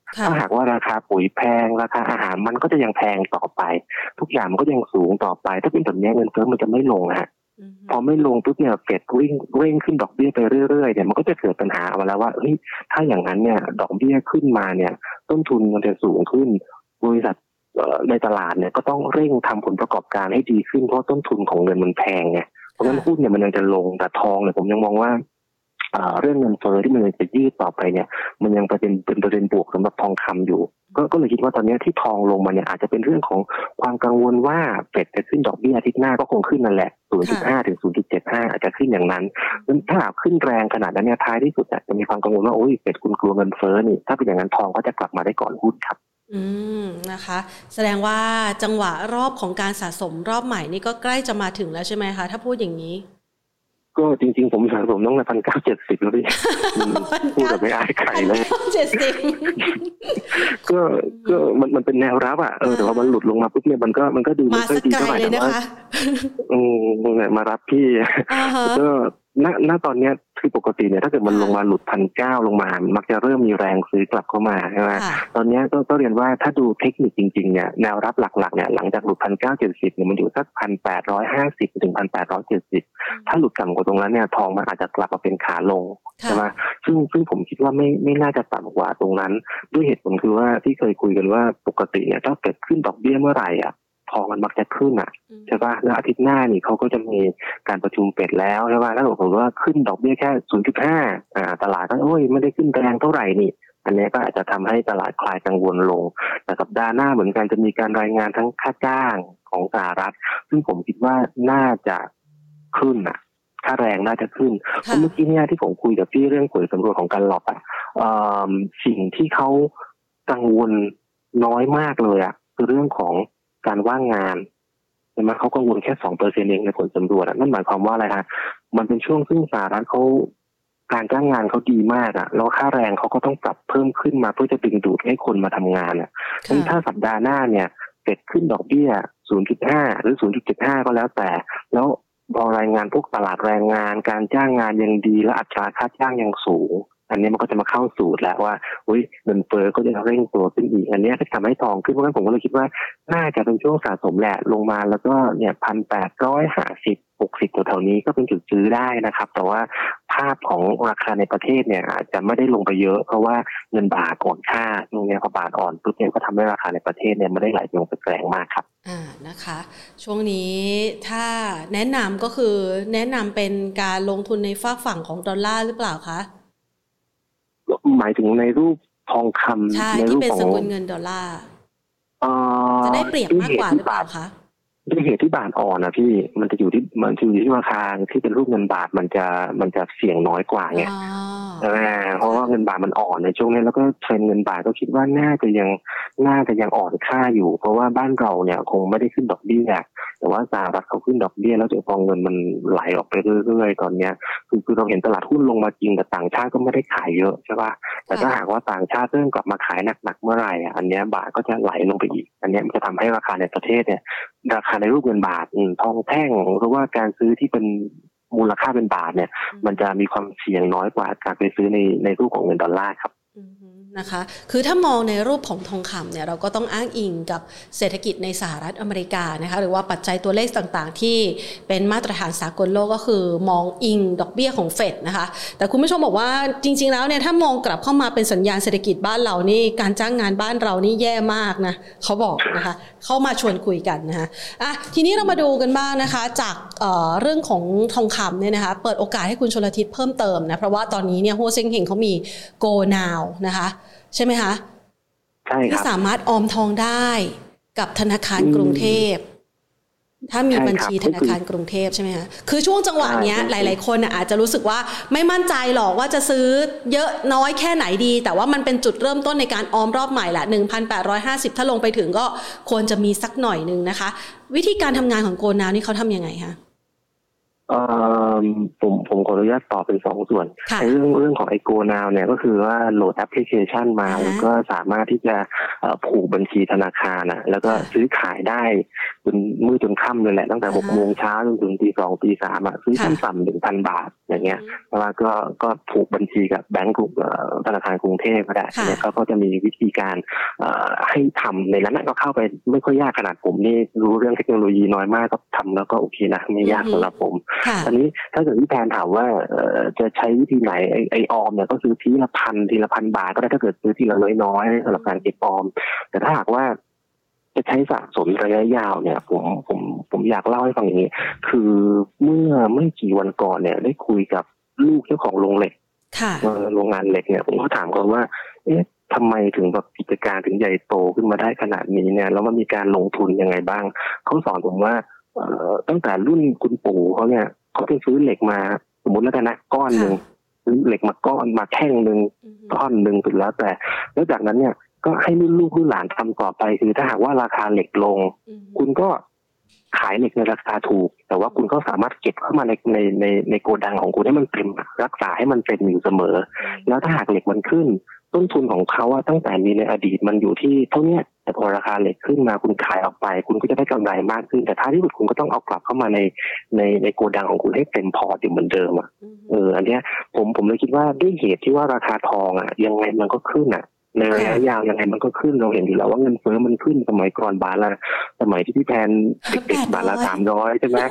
ถ้าหากว่าราคาปุ๋ยแพงราคาอาหารมันก็จะยังแพงต่อไปทุกอย่างมันก็ยังสูงต่อไปถ้าเป็นแบบนี้เงินเฟ้อมันจะไม่ลงฮะพอไม่ลงปุ๊บเนี่ยเฟดเร่งขึ้นดอกเบี้ยไปเรื่อยๆเนี่ยมันก็จะเกิดปัญหามาแล้วว่าเฮ้ยถ้าอย่างนั้นเนี่ยดอกเบี้ยขึ้นมาเนี่ยต้นทุนมันจะสูงขึ้นบริษัทในตลาดเนี่ยก็ต้องเร่งทำผลประกอบการให้ดีขึ้นเพราะต้นทุนของเงินมันแพงไงเพราะฉะนั้นหุ้นเนี่ยมันยังจะลงแต่ทองเนี่ยผมยังมองว่าเรื่องเงินเฟ้อที่มันจะยืดต่อไปเนี่ยมันยังเป็นประเด็นบวกสำหรับทองคำอยู่ก็เลยคิดว่าตอนนี้ที่ทองลงมาเนี่ยอาจจะเป็นเรื่องของความกังวลว่าเฟดจะขึ้นดอกเบี้ยอาทิตย์หน้าก็คงขึ้นนั่นแหละ 0.5 ถึง 0.75 อาจจะขึ้นอย่างนั้นถ้าหากขึ้นแรงขนาดนั้นเนี่ยท้ายที่สุดจะมีความกังวลว่าโอ้ยเฟดคุณกลัวเงินเฟ้อนี่ถ้าเป็นอย่างนั้นทองก็จะกลับมาได้ก่อนหุ้นครับนะคะแสดงว่าจังหวะรอบของการสะสมรอบใหม่นี่ก็ใกล้จะมาถึงแล้วใช่ไหมคะถ้าพูดอย่างนี้ก็จริงๆผมสะสมต้องใน1,970แล้วพี่พูดแบบไม่อายใครเลยก็มันเป็นแนวรับอ่ะแต่ว่ามันหลุดลงมาปุ๊บเนี่ยมันก็ดูไม่ค่อยดีเท่าไหร่แต่ว่ามารับพี่ก็ณตอนนี้คือปกติเนี่ยถ้าเกิดมันลงมาหลุด 1,900 ลงมามักจะเริ่มมีแรงซื้อกลับเข้ามาใช่ไหมตอนนี้ก็เรียนว่าถ้าดูเทคนิคจริงๆเนี่ยแนวรับหลักๆเนี่ยหลังจากหลุด 1,970 เนี่ยมันอยู่สัก 1,850 ถึง 1,870 ถ้าหลุดต่ำกว่าตรงนั้นเนี่ยทองมันอาจจะกลับมาเป็นขาลงใช่ไหมซึ่งผมคิดว่าไม่น่าจะต่ำกว่าตรงนั้นด้วยเหตุผลคือว่าที่เคยคุยกันว่าปกติเนี่ยถ้าเกิดขึ้นดอกเบี้ยเมื่อไหร่อ่ะทองมันมักจะขึ้นอ่ะใช่ป่ะแล้วอาทิตย์หน้านี่เขาก็จะมีการประชุมเฟดแล้วใช่ป่ะแล้วผมว่าขึ้นดอกเบี้ยแค่ 0.5 ตลาดก็โอ้ยไม่ได้ขึ้นแรงเท่าไหร่นี่อันนี้ก็อาจจะทำให้ตลาดคลายกังวลลงแต่สัปดาห์หน้าเหมือนกันจะมีการรายงานทั้งค่าจ้างของสหรัฐซึ่งผมคิดว่าน่าจะขึ้นอ่ะค่าแรงน่าจะขึ้นเพราะเมื่อกี้เนี่ยที่ผมคุยกับพี่เรื่องผลสำรวจของการหลอกอ่ะสิ่งที่เขากังวลน้อยมากเลยอ่ะคือเรื่องของการว่างงานแต่มาเขากังวลแค่ 2% เองในผลสำรวจนั่นหมายความว่าอะไรฮะมันเป็นช่วงซึ่งสหรัฐเขาการจ้างงานเขาดีมากแล้วค่าแรงเขาก็ต้องปรับเพิ่มขึ้นมาเพื่อจะดึงดูดให้คนมาทำงานถ้าสัปดาห์หน้าเนี่ยเฟดขึ้นดอกเบี้ย 0.5 หรือ 0.75 ก็แล้วแต่แล้วพอรายงานพวกตลาดแรงงานการจ้างงานยังดีและอัตราค่าจ้างยังสูงอันนี้มันก็จะมาเข้าสูตรแล้วว่าเงินเฟ้อก็จะเร่งตัวขึ้นอีกอันนี้ก็ทำให้ทองขึ้นเพราะงั้นผมก็เลยคิดว่าน่าจะเป็นช่วงสะสมแหละลงมาแล้วก็เนี่ย 1,850-1,600 ตัวแถวนี้ก็เป็นจุดซื้อได้นะครับแต่ว่าภาพของราคาในประเทศเนี่ยอาจจะไม่ได้ลงไปเยอะเพราะว่าเงินบาทอ่อนค่าตรงนี้พอบาทอ่อนปุ๊บเนี่ยก็ทำให้ราคาในประเทศเนี่ยไม่ได้ไหลลงไปแรงมากครับนะคะช่วงนี้ถ้าแนะนำก็คือแนะนำเป็นการลงทุนในฝากฝั่งของดอลลาร์หรือเปล่าคะหมายถึงในรูปทองคำในรูปของสกุลเงินดอลลาร์จะได้เปรียบมากกว่าหรือเปล่าคะด้วยเหตุที่บาทอ่อนนะพี่มันจะอยู่ที่ราคาที่เป็นรูปเงินบาทมันจะเสี่ยงน้อยกว่าไงเพราะว่าเงินบาทมันอ่อนในช่วงนี้แล้วก็เทรนด์เงินบาทก็คิดว่าน่าจะยังอ่อนค่าอยู่เพราะว่าบ้านเราเนี่ยคงไม่ได้ขึ้นดอกเบี้ยแต่ว่าสหรัฐเขาขึ้นดอกเบี้ยแล้วเดี๋ยวพอเงินมันไหลออกไปเรื่อยๆตอนนี้คือเราเห็นตลาดหุ้นลงมาจริงแต่ต่างชาติก็ไม่ได้ขายเยอะใช่ป่ะแต่ถ้าหากว่าต่างชาติเริ่มกลับมาขายหนักๆเมื่อไหร่อันนี้บาทก็จะไหลลงไปอีกอันนี้มันจะทำให้ราคาในประเทศเนี่ยราคาในรูปเงินบาททองแท่งหรือว่าการซื้อที่เป็นมูลค่าเป็นบาทเนี่ยมันจะมีความเสี่ยงน้อยกว่าการไปซื้อในรูปของเงินดอลลาร์ครับนะคะคือถ้ามองในรูปของทองคำเนี่ยเราก็ต้องอ้างอิงกับเศรษฐกิจในสหรัฐอเมริกานะคะหรือว่าปัจจัยตัวเลขต่างๆที่เป็นมาตรฐานสากลโลกก็คือมองอิงดอกเบี้ยของเฟดนะคะแต่คุณผู้ชมบอกว่าจริงๆแล้วเนี่ยถ้ามองกลับเข้ามาเป็นสัญญาณเศรษฐกิจบ้านเรานี่การจ้างงานบ้านเรานี่แย่มากนะเขาบอกนะคะเข้ามาชวนคุยกันนะคะทีนี้เรามาดูกันบ้างนะคะจากเรื่องของทองคำเนี่ยนะคะเปิดโอกาสให้คุณชลทิศเพิ่มเติมนะเพราะว่าตอนนี้เนี่ยโฮเซ็งเฮงเขามี Go Now นะคะใช่ไหมคะใช่ครับที่สามารถออมทองได้กับธนาคารกรุงเทพถ้ามีบัญชีธนาคารกรุงเทพใช่ไหมคะคือช่วงจังหวะนี้หลายๆคนอาจจะรู้สึกว่าไม่มั่นใจหรอกว่าจะซื้อเยอะน้อยแค่ไหนดีแต่ว่ามันเป็นจุดเริ่มต้นในการออมรอบใหม่ละ 1,850 ถ้าลงไปถึงก็ควรจะมีสักหน่อยนึงนะคะวิธีการทำงานของโกนาวนี่เขาทำยังไงคะผมขออนุญาตตอบเป็น2 ส่วนเรื่องของไอโกนาวเนี่ยก็คือว่าโหลดแอปพลิเคชันมาแล้วก็สามารถที่จะผูกบัญชีธนาคารนะแล้วก็ซื้อขายได้จนมืดจนค่ำเลยแหละตั้งแต่6 โมงเช้าจนถึงตี 2 ตี 3อ่ะซื้อขั้นต่ำ 1,000 บาทอย่างเงี้ยแล้วก็ผูกบัญชีกับแบงก์ธนาคารกรุงเทพก็ได้เนี่ยก็จะมีวิธีการให้ทำในนั้นก็เข้าไปไม่ค่อยยากขนาดผมนี่รู้เรื่องเทคโนโลยีน้อยมากก็ทำแล้วก็โอเคนะไม่ยากสำหรับผมอันนี้ถ้าเกิดพี่แพนถามว่าจะใช้วิธีไหนไอออมเนี่ยก็ซื้อทีละ1,000 บาทก็ได้ถ้าเกิดซื้อทีละน้อยๆสำหรับการเก็บออมแต่ถ้าหากว่าจะใช้สะสมระยะยาวเนี่ยผมอยากเล่าให้ฟังอย่างนี้คือเมื่อไม่กี่วันก่อนเนี่ยได้คุยกับลูกเจ้าของโรงเหล็กโรงงานเหล็กเนี่ยผมก็ถามเขาว่าทำไมถึงแบบกิจการถึงใหญ่โตขึ้นมาได้ขนาดนี้เนี่ยแล้วมันมีการลงทุนยังไงบ้างเขาสอนผมว่าตั้งแต่รุ่นคุณปู่เขาเนี่ยเขาไปซื้อเหล็กมาสมมติแล้วกันนะก้อนหนึ่งซื้อเหล็กมาก้อนมาแท่งหนึ่งก้อนหนึ่งสุดแล้วแต่แล้วจากนั้นเนี่ยก็ให้รุ่นลูกรุ่นหลานทำต่อไปคือถ้าหากว่าราคาเหล็กลงคุณก็ขายเหล็กในราคาถูกแต่ว่าคุณก็สามารถเก็บเข้ามาในโกดังของคุณให้มันเต็มรักษาให้มันเต็มอยู่เสมอแล้วถ้าหากเหล็กมันขึ้นต้นทุนของเขาตั้งแต่มีในอดีตมันอยู่ที่เท่านี้แต่พอราคาเหล็กขึ้นมาคุณขายออกไปคุณก็จะได้กำไรมากขึ้นแต่ท้ายที่สุดคุณก็ต้องเอากลับเข้ามาในโกดังของคุณให้เต็มพออยู่เหมือนเดิมอันเนี้ยผมเลยคิดว่าด้วยเหตุที่ว่าราคาทองยังไงมันก็ขึ้นในระยะยาวยังไงมันก็ขึ้นเราเห็นอยู่แล้วว่าเงินเฟ้อมันขึ้นสมัยก่อนบาทละสมัยที่พี่แพนเด็กๆบาทละ300ใช่ไหม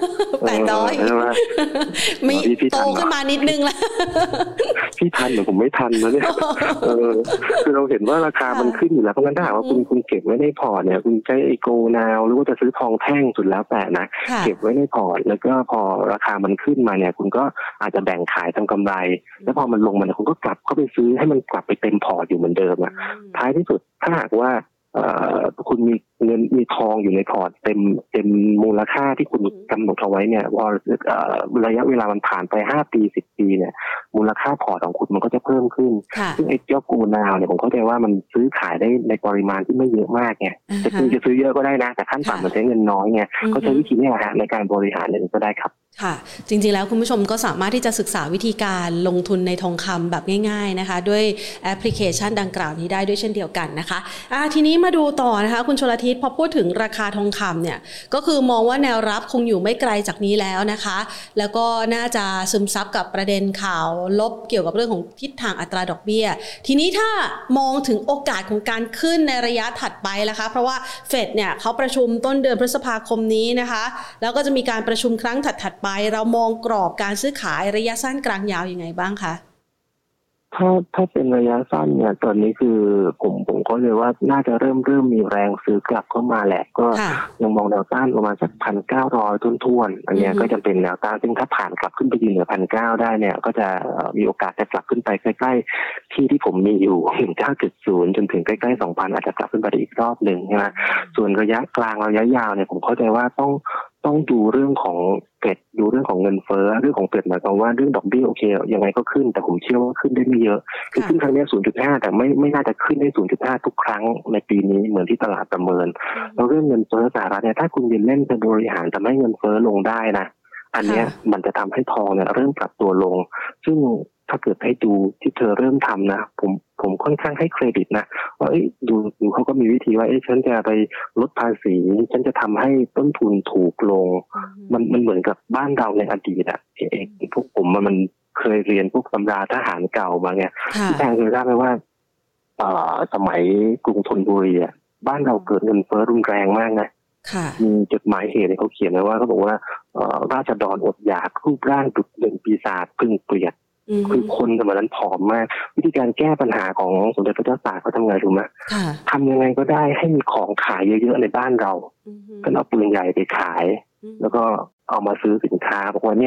800 ใช่ไหมมีโตขึ้นมานิดนึงละพี่ทันหรือผมไม่ทันนะเนี่ยคือเราเห็นว่าราคามันขึ้นอยู่แล้วเพราะงั้นถ้าหากว่าคุณเก็บไว้ในพอร์ตเนี่ยคุณใช้ไอโกนาวหรือว่าจะซื้อทองแท่งสุดแล้วแต่นะเก็บไว้ในพอร์ตแล้วก็พอราคามันขึ้นมาเนี่ยคุณก็อาจจะแบ่งขายทำกำไรแล้วพอมันลงมาคุณก็กลับเข้าไปซื้อให้มันกลับไปเต็มพอร์ตอยู่เหมือนเดิมท้ายที่สุดถ้าหากว่าคุณมีเงินมีทองอยู่ในพอร์ตเต็มมูลค่าที่คุณกำหนดเอาไว้เนี่ยพอระยะเวลามันผ่านไป5 ปี10 ปีเนี่ยมูลค่าพอร์ตของคุณมันก็จะเพิ่มขึ้นซึ่งไอ้เจ้ากูนาวเนี่ยผมเข้าใจว่ามันซื้อขายได้ในปริมาณที่ไม่เยอะมากไงจะซื้อเยอะก็ได้นะแต่ขั้นต่ำมันใช้เงินน้อยไงก็ใช้วิธีนี้ในการบริหารเนี่ยก็ได้ครับค่ะจริงๆแล้วคุณผู้ชมก็สามารถที่จะศึกษาวิธีการลงทุนในทองคำแบบง่ายๆนะคะด้วยแอปพลิเคชันดังกล่าวนี้ได้ด้วยเช่นเดียวกันนะคะทีนี้มาดูต่อนะคะคุณชลทิศพอพูดถึงราคาทองคำเนี่ยก็คือมองว่าแนวรับคงอยู่ไม่ไกลจากนี้แล้วนะคะแล้วก็น่าจะซึมซับกับประเด็นข่าวลบเกี่ยวกับเรื่องของทิศทางอัตราดอกเบี้ยทีนี้ถ้ามองถึงโอกาสของการขึ้นในระยะถัดไปนะคะเพราะว่าเฟดเนี่ยเขาประชุมต้นเดือนพฤษภาคมนี้นะคะแล้วก็จะมีการประชุมครั้งถัดไปเรามองกรอบการซื้อขายระยะสั้นกลางยาวยังไงบ้างคะถ้าเป็นระยะสั้นเนี่ยตอนนี้คือผมก็เลยว่าน่าจะเริ่มมีแรงซื้อกลับเข้ามาแหละก็ยังมองแนวต้านประมาณสัก 1,900 ต้นๆอันนี้ก็จะเป็นแนวต้านซึ่งถ้าผ่านกลับขึ้นไปยืนเหนือ 1,900 ได้เนี่ยก็จะมีโอกาสจะกลับขึ้นไปใกล้ๆที่ผมมีอยู่ 19.0 จนถึงใกล้ๆ 2,000 อาจจะกลับขึ้นไปได้อีกรอบนึงใช่ไหมส่วนระยะกลางระยะยาวเนี่ยผมเข้าใจว่าต้องดูเรื่องของเฟดดูเรื่องของเงินเฟ้อเรื่องของเฟดหมายความว่าเรื่องดอกเบี้ยโอเคยังไงก็ขึ้นแต่ผมเชื่อว่าขึ้นได้ไม่เยอะคือขึ้นครั้งนี้ 0.5 แต่ไม่น่าจะขึ้นได้ 0.5 ทุกครั้งในปีนี้เหมือนที่ตลาดประเมินแล้วเรื่องเงินเฟ้อสหรัฐเนี่ยถ้าคุณยืนเล่นจะบริหารทำให้เงินเฟ้อลงได้นะอันนี้มันจะทำให้ทองเนี่ยเริ่มปรับตัวลงซึ่งถ้าเกิดให้ดูที่เธอเริ่มทำนะผมค่อนข้างให้เครดิตนะว่าดูเขาก็มีวิธีว่าฉันจะไปลดภาษีฉันจะทำให้ต้นทุนถูกลงมันเหมือนกับบ้านเราในอดีตพวกผมมันเคยเรียนพวกตำราทหารเก่ามาไงที่แทงเคยทราบไหมว่าสมัยกรุงธนบุรีบ้านเราเกิดเงินเฟ้อรุนแรงมากนะมีจดหมายเหตุเขาเขียนไว้ว่าเขาบอกว่าราษฎรอดอยากรูปร่างดุจเป็นปีศาจพึ่งเปลี่ยนคือคนสมัยนั้นผอมมากวิธีการแก้ปัญหาของสมเด็จพระเจ้าตากเขาทำไงรู้ไหมทำยังไงก็ได้ให้มีของขายเยอะๆในบ้านเราก็เอาปืนใหญ่ไปขายแล้วก็เอามาซื้อสินค้าบอกว่าเนี่ย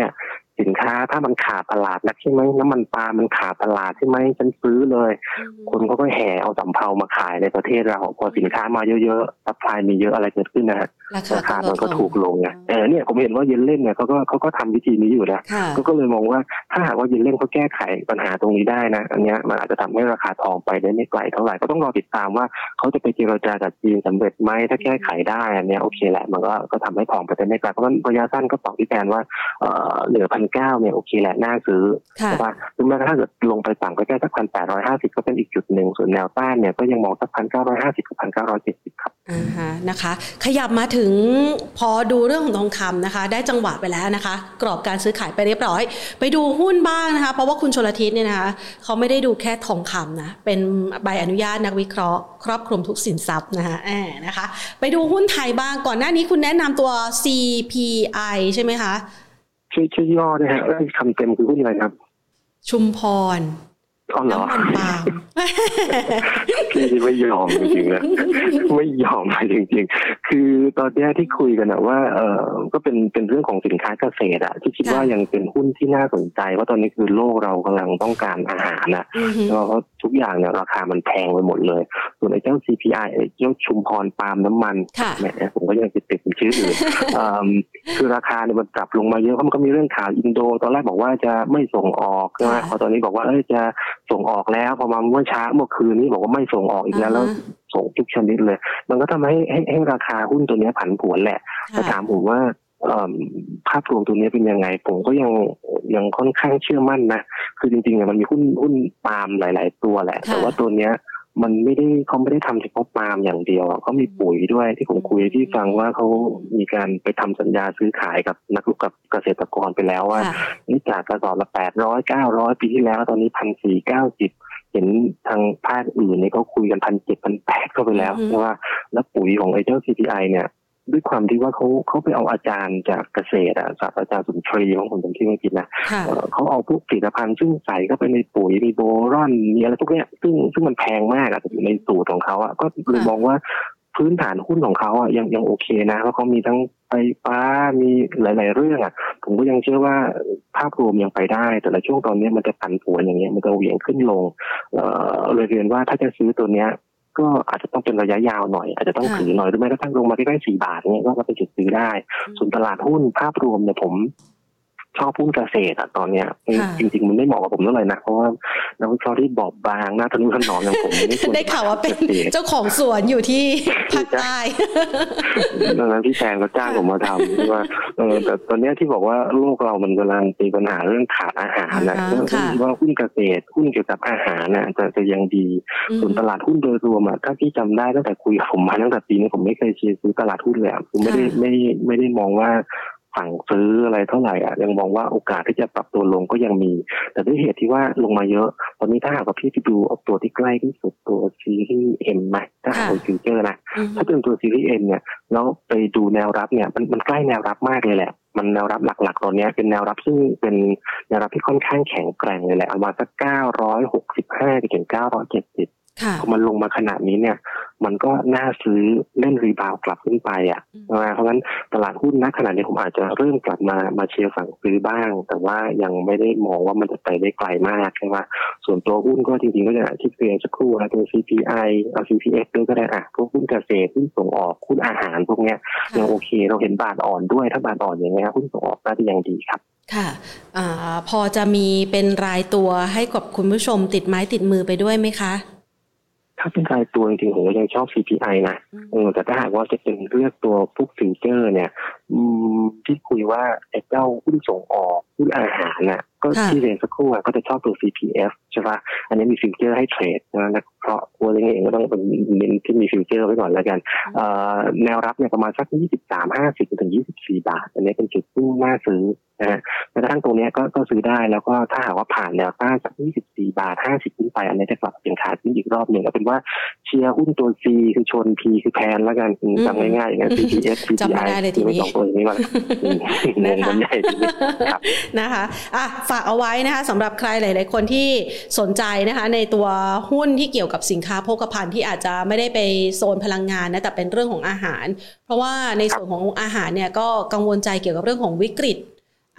สินค้าถ้ามันขาดตลาดนักใช่ไหมน้ำมันปาล์มมันขาดตลาดใช่ไหมฉันซื้อเลยคนก็แห่เอาสำเภามาขายในประเทศเราพอสินค้ามาเยอะๆซัพพลายมีเยอะอะไรเกิดขึ้นนะฮะราคามันก็ถูกลงไงเนี่ยผมเห็นว่าเยนเล่นเนี่ยเขาก็ทำวิธีนี้อยู่นะก็เลยมองว่าถ้าหากว่าเยนเล่นเขาแก้ไขปัญหาตรงนี้ได้นะอันนี้มันอาจจะทำให้ราคาทองไปได้ไม่ไกลเท่าไหร่ก็ต้องรอติดตามว่าเขาจะไปเจรจากับจีนสำเร็จไหมถ้าแก้ไขได้อันนี้โอเคแหละมันก็ทำให้ทองไปได้ไม่ไกลเพราะว่าระยะสั้นก็ตอบที่แทนว่าเหลือ 1,900 เนี่ยโอเคแหละน่าซื้อแต่ว่าถึงแม้ถ้าเกิดลงไปต่ำก็แค่สัก 1,850 ก็เป็นอีกจุดหนึ่งส่วนแนวต้านเนี่ยก็ยังมองสัก 1,950 กับ 1,970 ครับนะคะขยับมาถึงพอดูเรื่องของทองคำนะคะได้จังหวะไปแล้วนะคะกรอบการซื้อขายไปเรียบร้อยไปดูหุ้นบ้างนะคะเพราะว่าคุณชลทิศเนี่ยนะคะเขาไม่ได้ดูแค่ทองคำนะเป็นใบอนุญาตนักวิเคราะห์ครอบคลุมทุกสินทรัพย์นะคะไปดูหุ้นไทยบ้างก่อนหน้านี้คุณแนะนำตัว CPI ใช่ไหมคะชื่อย่อนะฮะคำเต็มคือหุ้นอะไรครับชุมพรน้ำมันปาล์มพี่ไม่ยอมจริงๆนะไม่ยอมจริงๆคือตอนนี้ที่คุยกันนะว่าก็เป็นเรื่องของสินค้าเกษตรอะที่คิดว่ายังเป็นหุ้นที่น่าสนใจว่าตอนนี้คือโลกเรากำลังต้องการอาหารนะเพราะทุกอย่างเนี่ยราคามันแพงไปหมดเลยส่วนไอ้เจ้า CPI ไอ้เจ้าชุมพรปาล์มน้ำมันแหมผมก็ยังติดเป็นชื่ออื่นคือราคาเนี่ยมันปรับลงมาเยอะเพราะมันก็มีเรื่องข่าวอินโดตอนแรกบอกว่าจะไม่ส่งออกใช่ไหมพอตอนนี้บอกว่าจะส่งออกแล้วพอมาเมื่อคืนนี้บอกว่าไม่ส่งออกอีกแล้วส่งทุกชนิดเลยมันก็ทำให้ราคาหุ้นตัวนี้ผันผวนแหละถ้าถามผมว่าภาพรวมตัวนี้เป็นยังไงผมก็ยังค่อนข้างเชื่อมั่นนะคือจริงๆเนี่ยมันมีหุ้นปาล์มหลายๆตัวแหละแต่ว่าตัวเนี้ยมันเขาไม่ได้ทำเฉพาะปาล์มอย่างเดียวเขามีปุ๋ยด้วยที่ผมคุยที่ฟังว่าเขามีการไปทำสัญญาซื้อขายกับกับเกษตรกรไปแล้วว่านี่จากกระสอบละ800 900ปีที่แล้วตอนนี้ 1,490 เห็นทางภาคอื่นเนี่ยเขาคุยกัน 1,700 1,800 ก็ไปแล้วใช่ไหมแล้วปุ๋ยของไอ้เจ้า CPI เนี่ยด้วยความที่ว่าเขาไปเอาอาจารย์จากเกษตรศาสตราจารย์สุนทรีของผมจำชื่อไม่ผิดนะเขาเอาพวกผลิตภัณฑ์ซึ่งใส่เข้าไปในปุ๋ยมีโบรอนมีอะไรพวกเนี้ยซึ่งมันแพงมากอะอยู่ในสูตรของเขาอะก็เลยมองว่าพื้นฐานหุ้นของเขาอะยังโอเคนะเพราะเขามีทั้งไฟฟ้ามีหลายๆเรื่องอะผมก็ยังเชื่อว่าภาพรวมยังไปได้แต่ละช่วงตอนนี้มันจะผันผวนอย่างเงี้ยมันจะเหวี่ยงขึ้นลงเลยเรียนว่าถ้าจะซื้อตัวเนี้ยก็อาจจะต้องเป็นระยะยาวหน่อยอาจจะต้องถือหน่อยหรือไม่ก็ตั้งลงมาใกล้ๆ4 บาทเนี่ยก็เป็นจุดซื้อได้ส่วนตลาดหุ้นภาพรวมเนี่ยผมชอบหุ้นเกษตรตอนเนี้ยจริงๆมันไม่เหมาะกับผมเท่าไหร่นะเพราะว่านักวิเคราะห์ที่บอบบางหน้าทะนุถนอมอย่างผมได้ข่าวว่าเป็นเจ้าของสวนอยู่ที่ภาคใต้ดังนั้นพี่แฟนก็จ้างผมมาทำว่าแต่ตอนนี้ที่บอกว่าโลกเรามันกำลังมีปัญหาเรื่องขาดอาหารนะว่าหุ้นเกษตรหุ้นเกี่ยวกับอาหารน่ะจะยังดีส่วนตลาดหุ้นโดยรวมถ้าพี่จำได้ตั้งแต่คุยกับผมมาตั้งแต่ปีนี้ผมไม่เคยเชียร์ซื้อตลาดหุ้นเลยผมไม่ได้มองว่าฝั่งซื้ออะไรเท่าไหร่ยังมองว่าโอกาสที่จะปรับตัวลงก็ยังมีแต่ด้วยเหตุที่ว่าลงมาเยอะตอนนี้ถ้าหากว่าพี่ไปดูเอาตัวที่ใกล้ที่สุดตัวซีรีส์ M ไหมถ้าหากเป็นฟิวเจอร์นะถ้าเป็นตัวซีรีส์ M เนี่ยแล้วไปดูแนวรับเนี่ยมันใกล้แนวรับมากเลยแหละมันแนวรับหลักๆตอนนี้เป็นแนวรับซึ่งเป็นแนวรับที่ค่อนข้างแข็งแกร่งเลยแหละประมาณสัก965ถึง970พอมันลงมาขนาดนี้เนี่ยมันก็น่าซื้อเล่นรีบาวกลับขึ้นไปเพราะงั้นตลาดหุ้นณขณะนี้ผมอาจจะเริ่มกลับมาเชียร์ฝั่งซื้อบ้างแต่ว่ายังไม่ได้มองว่ามันจะไปได้ไกลมากใช่ไหมส่วนตัวหุ้นก็จริงๆก็จะที่เรียนสักครู่ตัว CPI เอา CPX ด้วยก็ได้พวกหุ้นเกษตรหุ้นส่งออกหุ้นอาหารพวกเนี้ยยังโอเคเราเห็นบาทอ่อนด้วยถ้าบาทอ่อนอย่างเงี้ยหุ้นส่งออกน่าจะยังดีครับค่ะพอจะมีเป็นรายตัวให้กับคุณผู้ชมติดไม้ติดมือไปด้วยไหมคะถ้าเป็นรายตัวจริงๆผมก็ยังชอบ CPI นะแต่ถ้าหากว่าจะเป็นเลือกตัวพวกฟิวเจอร์เนี่ยที่คุยว่าไอ้เจ้าหุ้นส่งออกหุ้นอาหารน่ะก็ที่เรียนสักครู่ก็จะชอบตัว CPF ใช่ป่ะอันนี้มีฟิวเจอร์ให้เทรดนะเพราะตัวเองก็ต้องเป็นเน้นที่มีฟิวเจอร์ไว้ก่อนแล้วกันแนวรับเนี่ยประมาณสัก23.50 ถึง 24 บาทอันนี้เป็นจุดที่น่าซื้อนะแม้กระทั่งตรงนี้ก็ซื้อได้แล้วก็ถ้าหากว่าผ่านแนวต้านจาก24.50 ขึ้นไปอันนี้จะกลับเป็นขาขึ้นอีกรอบหนึ่งก็เป็นว่าเชียร์หุ้นตัว C คือชน P คือแพนแล้วกันจำง่ายๆอย่างนั้น CPF CPI มี 2ตัวนี้มานะคะนะคะฝากเอาไว้นะคะสำหรับใครหลายๆคนที่สนใจนะคะในตัวหุ้นที่เกี่ยวกับสินค้าโภคภัณฑ์ที่อาจจะไม่ได้ไปโซนพลังงานนะแต่เป็นเรื่องของอาหารเพราะว่าในส่วนของอาหารเนี่ยก็กังวลใจเกี่ยวกับเรื่องของวิกฤต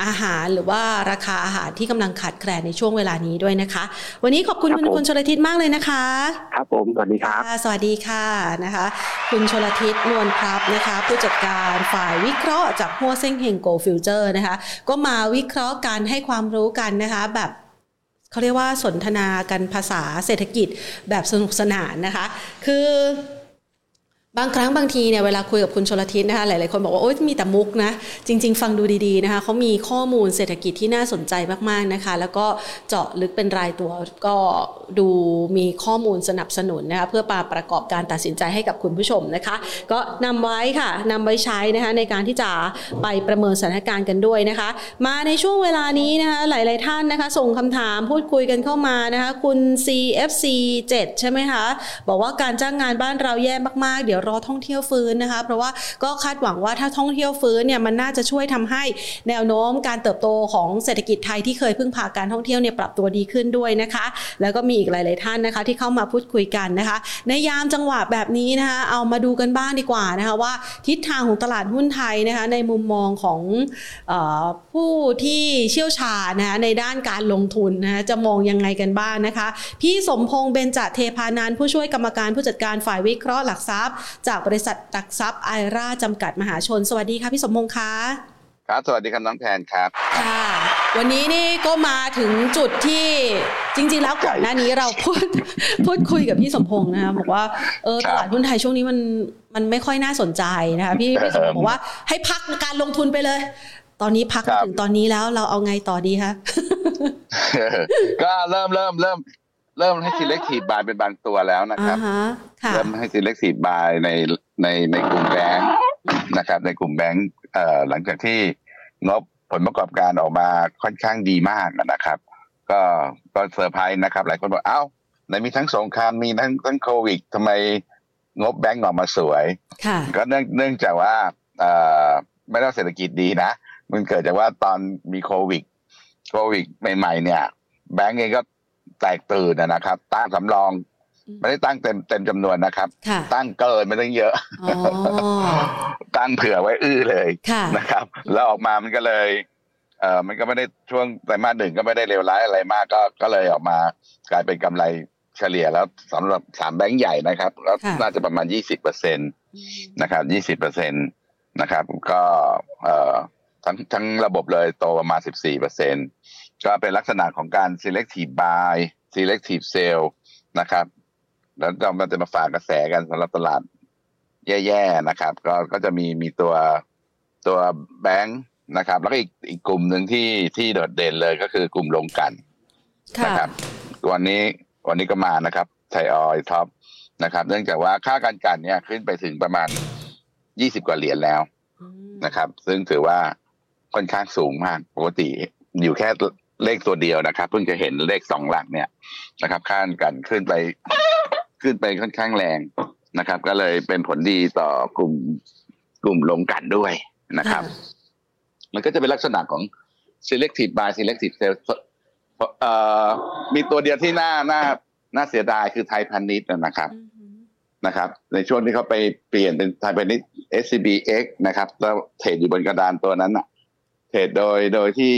อาหารหรือว่าราคาอาหารที่กำลังขาดแคลนในช่วงเวลานี้ด้วยนะคะวันนี้ขอบคุณคุณชลทิศมากเลยนะคะครับผมสวัสดีครับสวัสดีค่ะนะคะคุณชลทิศนวลพลับนะคะผู้จัดการฝ่ายวิเคราะห์จากหัวเซ้งเฮงโกลฟิวเจอร์นะคะก็มาวิเคราะห์การให้ความรู้กันนะคะแบบเขาเรียกว่าสนทนากันภาษาเศรษฐกิจแบบสนุกสนานนะคะคือบางครั้งบางทีเนี่ยเวลาคุยกับคุณชลทิศนะคะหลายๆคนบอกว่าโอ๊ยมีแต่มุกนะจริงๆฟังดูดีๆนะคะเขามีข้อมูลเศรษฐกิจที่น่าสนใจมากๆนะคะแล้วก็เจาะลึกเป็นรายตัวก็ดูมีข้อมูลสนับสนุนนะคะเพื่อประกอบการตัดสินใจให้กับคุณผู้ชมนะคะก็นำไว้ค่ะนำไว้ใช้นะคะในการที่จะไปประเมินสถานการณ์กันด้วยนะคะมาในช่วงเวลานี้นะคะหลายๆท่านนะคะส่งคำถามพูดคุยกันเข้ามานะคะคุณ CFC 7ใช่ไหมคะบอกว่าการจ้างงานบ้านเราแย่มากๆเดี๋ยวรอท่องเที่ยวฟื้นนะคะเพราะว่าก็คาดหวังว่าถ้าท่องเที่ยวฟื้นเนี่ยมันน่าจะช่วยทำให้แนวโน้มการเติบโตของเศรษฐกิจไทยที่เคยพึ่งพาการท่องเที่ยวเนี่ยปรับตัวดีขึ้นด้วยนะคะแล้วก็มีอีกหลายๆท่านนะคะที่เข้ามาพูดคุยกันนะคะในยามจังหวะแบบนี้นะคะเอามาดูกันบ้างดีกว่านะคะว่าทิศทางของตลาดหุ้นไทยนะคะในมุมมองของผู้ที่เชี่ยวชาญนะคะในด้านการลงทุนนะคะจะมองยังไงกันบ้างนะคะพี่สมพงษ์เบญจเทพานันท์ผู้ช่วยกรรมการผู้จัดการฝ่ายวิเคราะห์หลักทรัพย์จากบริษัทหลักทรัพย์ไอร่าจำกัดมหาชนสวัสดีค่ะพี่สมพงษ์คะครับสวัสดีครับน้องแทนครับค่ะวันนี้นี่ก็มาถึงจุดที่จริงๆแล้วก่อนหน้านี้เราพูดคุยกับพี่สมพงษ์นะคะบอกว่าตลาดหุ้นไทยช่วงนี้มันไม่ค่อยน่าสนใจนะคะพี่สมพงษ์บอกว่าให้พักการลงทุนไปเลยตอนนี้พักมาถึงตอนนี้แล้วเราเอาไงต่อดีคะก็เริ่มให้ selective buy เป็นบางตัวแล้วนะครับเริ่มให้ selective buy ในกลุ่มแบงค์นะครับในกลุ่มแบงค์หลังจากที่งบผลประกอบการออกมาค่อนข้างดีมากนะครับก็เซอร์ไพรส์นะครับหลายคนบอกเอ้าไหนมีทั้งสงครามมีทั้งโควิดทำไมงบแบงค์ออกมาสวยก็เนื่องจากว่าไม่ได้เศรษฐกิจดีนะมันเกิดจากว่าตอนมีโควิดใหม่ๆเนี่ยแบงก์เองก็แตกตื่นนะครับตั้งสำรองไม่ได้ตั้งเต็มจำนวนนะครับตั้งเกินไม่ต้องเยอะตั้งเผื่อไว้เลยนะครับแล้วออกมามันก็เลยมันก็ไม่ได้ช่วงไตรมาสหนึ่งก็ไม่ได้เลวร้ายอะไรมากก็เลยออกมากลายเป็นกำไรเฉลี่ยแล้วสำหรับ3แบงก์ใหญ่นะครับแล้วน่าจะประมาณ 20% นะครับ 20% นะครับก็ทั้งระบบเลยโตประมาณ 14%ก็เป็นลักษณะของการ selective buy selective sell นะครับแล้วเราจะมาฝากกระแสกันสำหรับตลาดแย่ๆนะครับก็จะมีตัวแบงค์นะครับแล้วก็อีกกลุ่มหนึ่งที่โดดเด่นเลยก็คือกลุ่มโรงกลั่นนะครับวันนี้ก็มานะครับไทยออยล์ท็อปนะครับเนื่องจากว่าค่าการกลั่นเนี่ยขึ้นไปถึงประมาณ20 กว่าเหรียญแล้วนะครับซึ่งถือว่าค่อนข้างสูงมากปกติอยู่แค่เลขตัวเดียวนะครับเพิ่งจะเห็นเลข2 หลักเนี่ยนะครับค่าการกลั่นขึ้นไปค่อนข้างแรงนะครับก็เลยเป็นผลดีต่อกลุ่มโรงกลั่นด้วยนะครับมันก็จะเป็นลักษณะของ selective buy selective sell มีตัวเดียวที่น่าเสียดายคือไทยพาณิชย์นะครับในช่วงที่เขาไปเปลี่ยนเป็นไทยพาณิชย์ SCBX นะครับแล้วเทรดอยู่บนกระดานตัวนั้นน่ะเทรดโดยที่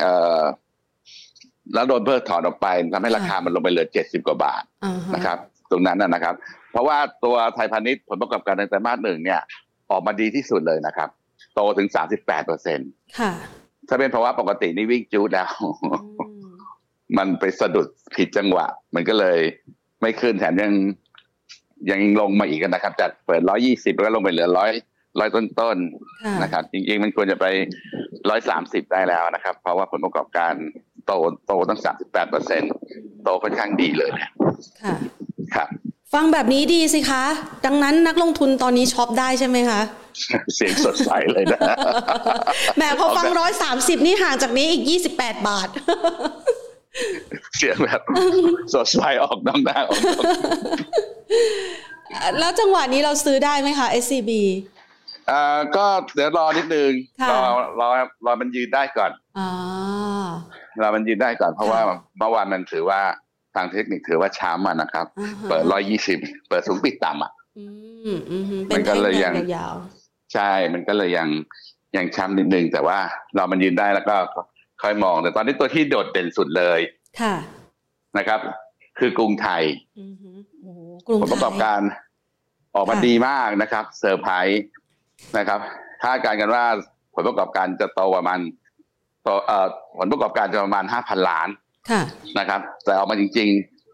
แล้วโดนเพิกถอนออกไปทำให้ราคามันลงไปเหลือ70 กว่าบาทนะครับตรงนั้นนะครับเพราะว่าตัวไทยพาณิชย์ผลประกอบการในไตรมาส 1เนี่ยออกมาดีที่สุดเลยนะครับโตถึง 38% ค่ะถ้าเป็นภาวะปกตินี่วิ่งจู๊ดแล้วมันไปสะดุดผิดจังหวะมันก็เลยไม่ขึ้นแถมยังลงมาอีกนะครับจากเปิด120แล้วก็ลงไปเหลือ100ต้นๆนะครับจริงๆมันควรจะไป130ได้แล้วนะครับเพราะว่าผลประกอบการโตตั้ง 38% โตค่อนข้างดีเลยค่ะครับฟังแบบนี้ดีสิคะดังนั้นนักลงทุนตอนนี้ช็อปได้ใช่ไหมคะเสียงสดใสเลยนะแหมพอฟัง130นี่ห่างจากนี้อีก28 บาทเสียงแบบสดใสออกน้ำหน้าออกแล้วจังหวะนี้เราซื้อได้ไหมคะ SCB ก็เดี๋ยวรอนิดนึงรอมันยืนได้ก่อนรอมันยืนได้ก่อนเพราะว่าเมื่อวานมันถือว่าทางเทคนิคถือว่าช้ำนะครับเปิด120เปิดสูงปิดต่ำมันก็เลยยังใช่มันก็เลยยังยังช้ำนิดนึงแต่ว่าเรามันยืนได้แล้วก็ค่อยมองแต่ตอนนี้ตัวที่โดดเด่นสุดเลยค่ะนะครับคือกรุงไทยผลประกอบการออกมาดีมากนะครับเซอร์ไพรส์นะครับคาดการณ์กันว่าผลประกอบการจะโตประมาณผลประกอบการจะประมาณ 5,000 ล้านนะครับแต่ออกมาจริงๆ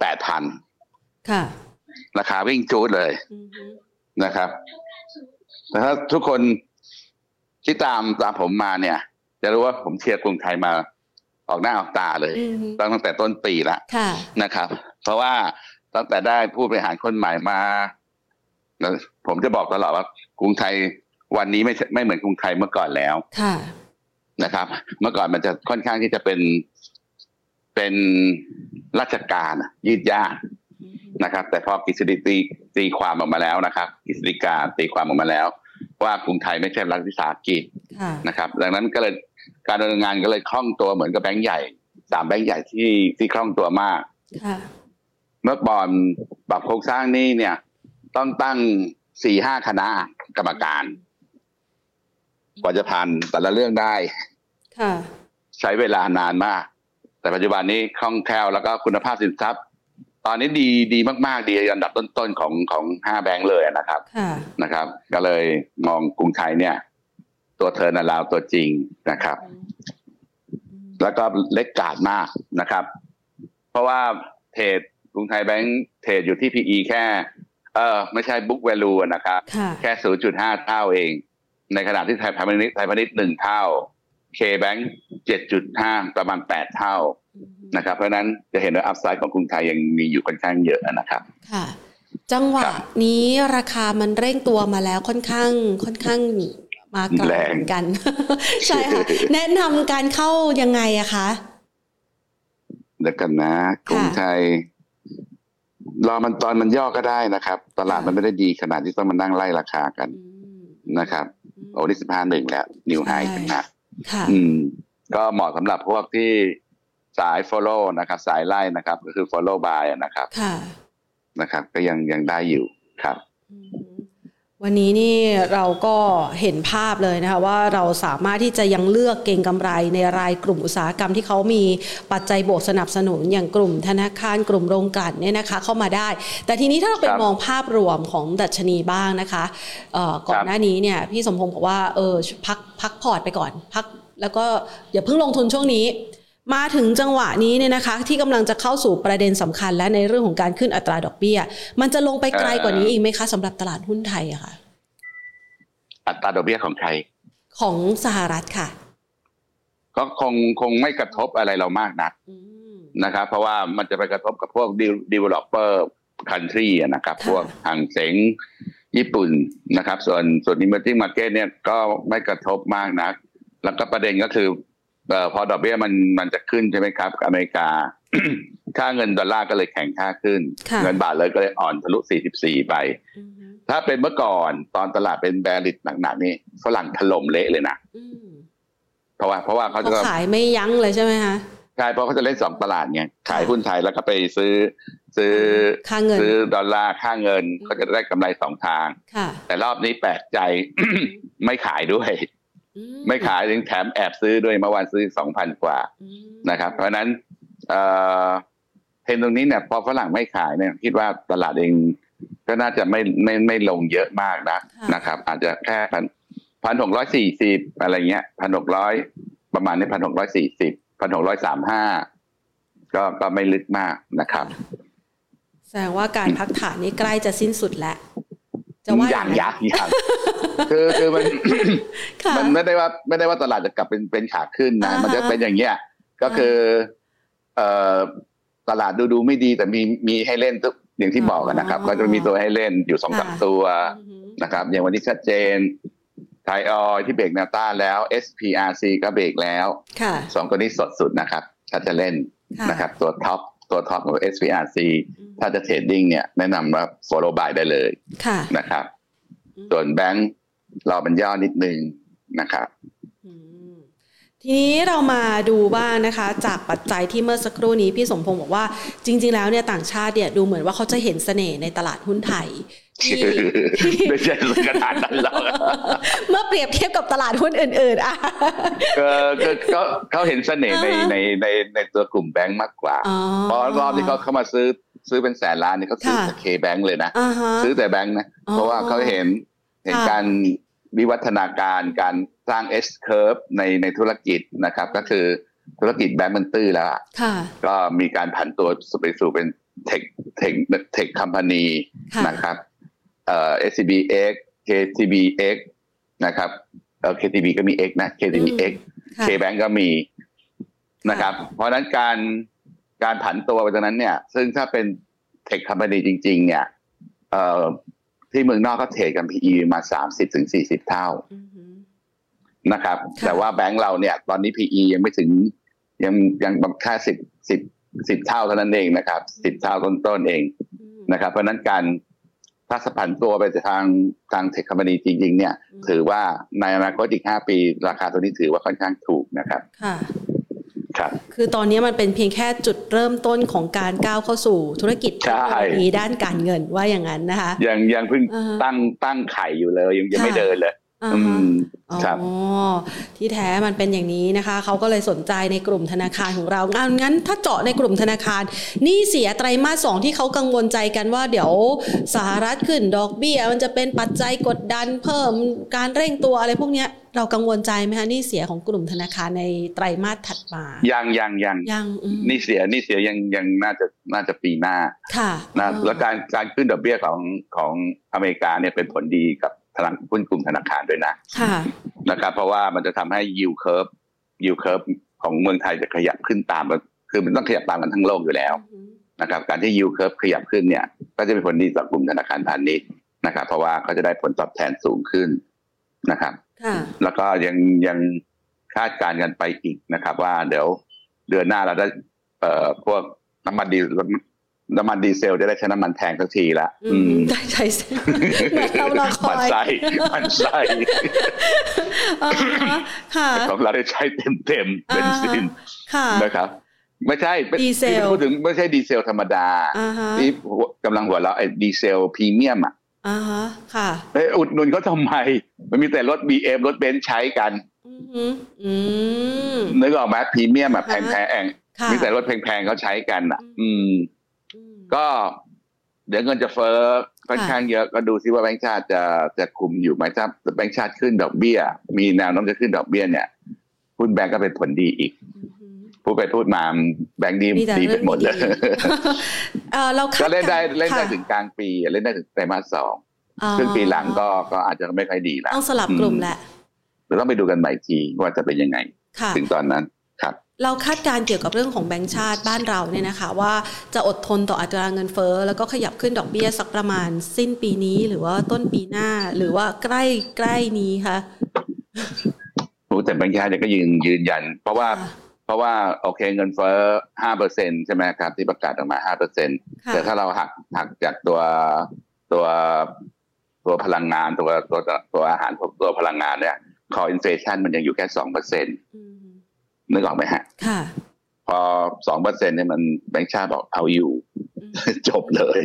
8,000 ค่ะราคาวิ่งจู๊ดเลยนะครับแต่ถ้าทุกคนที่ตามผมมาเนี่ยจะรู้ว่าผมเชียร์กรุงไทยมาออกหน้าออกตาเลยตั้งแต่ต้นปีแล้วนะครับเพราะว่าตั้งแต่ได้ผู้บริหารคนใหม่มาผมจะบอกตลอดว่ากรุงไทยวันนี้ไม่เหมือนกรุงไทยเมื่อก่อนแล้วนะครับเมื่อก่อนมันจะค่อนข้างที่จะเป็นราชการยืดยาดนะครับแต่พอกฤษฎีตีความออกมาแล้วนะครับกฤษฎีกาตีความออกมาแล้วว่ากรุงไทยไม่ใช่รัฐวิสาหกิจนะครับดังนั้นก็เลยการดำเนินงานก็เลยคล่องตัวเหมือนกับแบงก์ใหญ่3แบงก์ใหญ่ที่คล่องตัวมากเมื่อก่อนปรับโครงสร้างนี้เนี่ยต้องตั้ง 4-5 คณะกรรมการกว่าจะผ่านแต่ละเรื่องได้ใช้เวลานานมากแต่ปัจจุบันนี้คล่องแคล่วแล้วก็คุณภาพสินทรัพย์ตอนนี้ดีมากๆดีอันดับต้นๆของ5แบงก์เลยนะครับก็เลยมองกรุงไทยเนี่ยตัวเทิร์นอราวด์ตัวจริงนะครับแล้วก็เล็กกาจมากนะครับเพราะว่าเทรดกรุงไทยแบงก์เทรดอยู่ที่ PE แค่ไม่ใช่ book value นะครับแค่ 0.5 เท่าเองในขณะที่ไทยพาณิชย์1เท่า K-Bank 7.5 ประมาณ8เท่านะครับเพราะนั้นจะเห็นว่าอัพไซด์ของกรุงไทยยังมีอยู่ค่อนข้างเยอะนะครับค่ะจังหวะนี้ราคามันเร่งตัวมาแล้วค่อนข้างมาไกลเหมือนกันใช่ค่ะแนะนำการเข้ายังไงอะคะเดี๋ยวกันนะกรุงไทยรอมันตอนมันย่อก็ได้นะครับตลาดมันไม่ได้ดีขนาดที่ต้องมานั่งไล่ราคากันนะครับโอ้นี่15.1แล้วนิวไฮกันนะก็เหมาะสำหรับพวกที่สาย follow นะครับสายไล่นะครับก็คือ follow buy นะครับก็ยังได้อยู่ครับวันนี้นี่เราก็เห็นภาพเลยนะคะว่าเราสามารถที่จะยังเลือกเก็งกำไรในรายกลุ่มอุตสาหกรรมที่เขามีปัจจัยบวกสนับสนุนอย่างกลุ่มธนาคารกลุ่มโรงกลั่นเนี่ยนะคะเข้ามาได้แต่ทีนี้ถ้าเราไปมองภาพรวมของดัชนีบ้างนะคะก่อนหน้านี้เนี่ยพี่สมพงษ์บอกว่าพักพอร์ตไปก่อนพักแล้วก็อย่าเพิ่งลงทุนช่วงนี้มาถึงจังหวะนี้เนี่ยนะคะที่กำลังจะเข้าสู่ประเด็นสำคัญและในเรื่องของการขึ้นอัตราดอกเบี้ยมันจะลงไปไกลกว่านี้อีกไหมคะสำหรับตลาดหุ้นไทยอะค่ะอัตราดอกเบี้ยของไทยของสหรัฐค่ะก็คงไม่กระทบอะไรเรามากนักนะครับเพราะว่ามันจะไปกระทบกับพวก developer country นะครับพวกฮังเส็งญี่ปุ่นนะครับส่วน emerging market เนี่ยก็ไม่กระทบมากนักแล้วก็ประเด็นก็คือพอดอกเบี้ยมันจะขึ้นใช่ไหมครับอเมริกา ค่าเงินดอลลาร์ก็เลยแข็งค่าขึ้นเงินบาทเลยก็เลยอ่อนทะลุ44ไปถ้าเป็นเมื่อก่อนตอนตลาดเป็นแบริชหนักๆนี่ฝรั่งถล่มเละเลยนะเพราะว่าเขาจะขายไม่ยั้งเลยใช่ไหมคะใช่เพราะเขาจะเล่น2ตลาดไงขายหุ้นไทยแล้วก็ไปซื้อดอลลาร์ค่าเงินก็จะได้กำไร2ทางแต่รอบนี้แปลกใจ ไม่ขายด้วยไม่ขายถึงแถมแอบซื้อด้วยเมื่อวานซื้อ 2,000 กว่านะครับเพราะฉะนั้นเทรนด์ตรงนี้เนี่ยพอฝรั่งไม่ขายเนี่ยคิดว่าตลาดเองก็น่าจะไม่ลงเยอะมากนะครับอาจจะแค่1,640อะไรเงี้ย1,600ประมาณนี้1,640 1,635ก็ไม่ลึกมากนะครับแสดงว่าการพักฐานนี้ใกล้จะสิ้นสุดแล้วอย่างคือมันไม่ได้ว่าตลาดจะกลับเป็นขาขึ้นนะมันจะเป็นอย่างเงี้ยก็คือตลาดดูไม่ดีแต่มีให้เล่นทุกอย่างที่บอกกันนะครับก็จะมีตัวให้เล่นอยู่ 2-3 ตัวนะครับอย่างวันนี้ชัดเจนไทยออยที่เบรกแนวต้านแล้ว SPRC ก็เบรกแล้ว2ตัวนี้สดสุดนะครับถ้าจะเล่นนะครับตัวท็อปของ SPRC ถ้าจะเทรดดิ้งเนี่ยแนะนำว่า follow buy ได้เลยนะครับส่วนแบงค์รอมันย่อนิดนึงนะครับทีทีนี้เรามาดูบ้างนะคะจากปัจจัยที่เมื่อสักครู่นี้พี่สมพงษ์บอกว่าจริงๆแล้วเนี่ยต่างชาติเนี่ยดูเหมือนว่าเขาจะเห็นเสน่ห์ในตลาดหุ้นไทยไม่ใช่ขนาดนั้นหรอกเมื่อเปรียบเทียบกับตลาดหุ้นอื่นๆอ่ะเขาเห็นเสน่ห์ในตัวกลุ่มแบงก์มากกว่าเพราะรอบที่เขาเข้ามาซื้อเป็นแสนล้านนี่เขาซื้อจาก K-Bank เลยนะซื้อแต่แบงก์นะเพราะว่าเขาเห็นการวิวัฒนาการการสร้าง S curve ในธุรกิจนะครับก็คือธุรกิจแบงก์มันตื้อแล้วก็มีการผันตัวไปสู่เป็นเทคคัมพานีนะครับSCBX KTBX นะครับKTB ก็มี X นะ KTBX K-Bank ก็มีนะครับเพราะฉะนั้นการผันตัวไปตรงนั้นเนี่ยซึ่งถ้าเป็นเทคคัมพานีจริงๆเนี่ยที่เมืองนอกก็เทรดกัน PE มา30-40 เท่านะครับแต่ว่าแบงก์เราเนี่ยตอนนี้ PE ยังไม่ถึงยังแค่10เท่าเท่านั้นเองนะครับ10เท่าต้นๆเองนะครับเพราะฉะนั้นถ้าสะพันตัวไปทางเทคคัมพานีจริงๆเนี่ยถือว่าในอนาคตอีก5 ปีราคาตัวนี้ถือว่าค่อนข้างถูกนะครับค่ะคือตอนนี้มันเป็นเพียงแค่จุดเริ่มต้นของการก้าวเข้าสู่ธุรกิจนี้ด้านการเงินว่าอย่างนั้นนะคะยังเพิ่งตั้งไข่อยู่เลยยังไม่เดินเลยครับที่แท้มันเป็นอย่างนี้นะคะเขาก็เลยสนใจในกลุ่มธนาคารของเรางั้นถ้าเจาะในกลุ่มธนาคารหนี้เสียไตรมาส 2ที่เขากังวลใจกันว่าเดี๋ยวสหรัฐขึ้นดอกเบี้ยมันจะเป็นปัจจัยกดดันเพิ่มการเร่งตัวอะไรพวกนี้เรากังวลใจไหมคะหนี้เสียของกลุ่มธนาคารในไตรมาสถัดมายังหนี้เสียยังน่าจะปีหน้านะแล้วการขึ้นดอกเบี้ยของอเมริกาเนี่ยเป็นผลดีกับหุ้นกลุ่มธนาคารด้วยนะนะครับเพราะว่ามันจะทำให้ yield curve ของเมืองไทยจะขยับขึ้นตามคือมันต้องขยับตามกันทั้งโลกอยู่แล้วนะครับการที่ yield curve ขยับขึ้นเนี่ยก็จะเป็นผลดีต่อกลุ่มธนาคารพาณิชย์นะครับเพราะว่าเขาจะได้ผลตอบแทนสูงขึ้นนะครับแล้วก็ยังคาดการณ์กันไปอีกนะครับว่าเดี๋ยวเดือนหน้าเราได้พวกน้ำมันดีเซลจะได้ใช้น้ำมันแพงสักทีละใช่เราคอยมันไส้ของเราได้ใช้เต็มเบนซินนะครับไม่ใช่พูดถึงไม่ใช่ดีเซลธรรมดาที่กำลังหัวเราไอ้ดีเซลพรีเมียมค่ะอุดหนุนเขาทำไมมันมีแต่รถ BM รถเบนซ์ใช้กันนึกออกไหมพรีเมียมแพงมีแต่รถแพงๆเขาใช้กันก็เดี๋ยวเงินจะเฟ้อค่อนข้างเยอะก็ดูซิว่าแบงก์ชาติจะคุมอยู่ไหมถ้าแบงก์ชาติขึ้นดอกเบี้ยมีแนวโน้มจะขึ้นดอกเบี้ยเนี่ยหุ้นแบงก์ก็เป็นผลดีอีกพูดมาแบงก์ดีไปหมดเลยเราก็เล่นได้ถึงกลางปีเล่นได้ถึงไตรมาส 2ซึ่งปีหลังก็อาจจะไม่ค่อยดีแล้วต้องสลับกลุ่มแหละเราต้องไปดูกันใหม่ทีว่าจะเป็นยังไงถึงตอนนั้นครับเราคาดการณ์เกี่ยวกับเรื่องของแบงก์ชาติบ้านเราเนี่ยนะคะว่าจะอดทนต่ออัตราเงินเฟ้อแล้วก็ขยับขึ้นดอกเบี้ยสักประมาณสิ้นปีนี้หรือว่าต้นปีหน้าหรือว่าใกล้นี้คะแต่แบงก์ชาติก็ยืนยันเพราะว่าโอเคเงินเฟ้อ 5% ใช่ไหมครับที่ประกาศออกมา 5% แต่ถ้าเราหักจากตัวพลังงานตัวอาหารตัวพลังงานเนี่ยคออินเฟลชันมันยังอยู่แค่ 2%นึกออกไหมฮะพอ 2% เนี่ยมันแบงก์ชาติบอกเอาอยู่จบเลย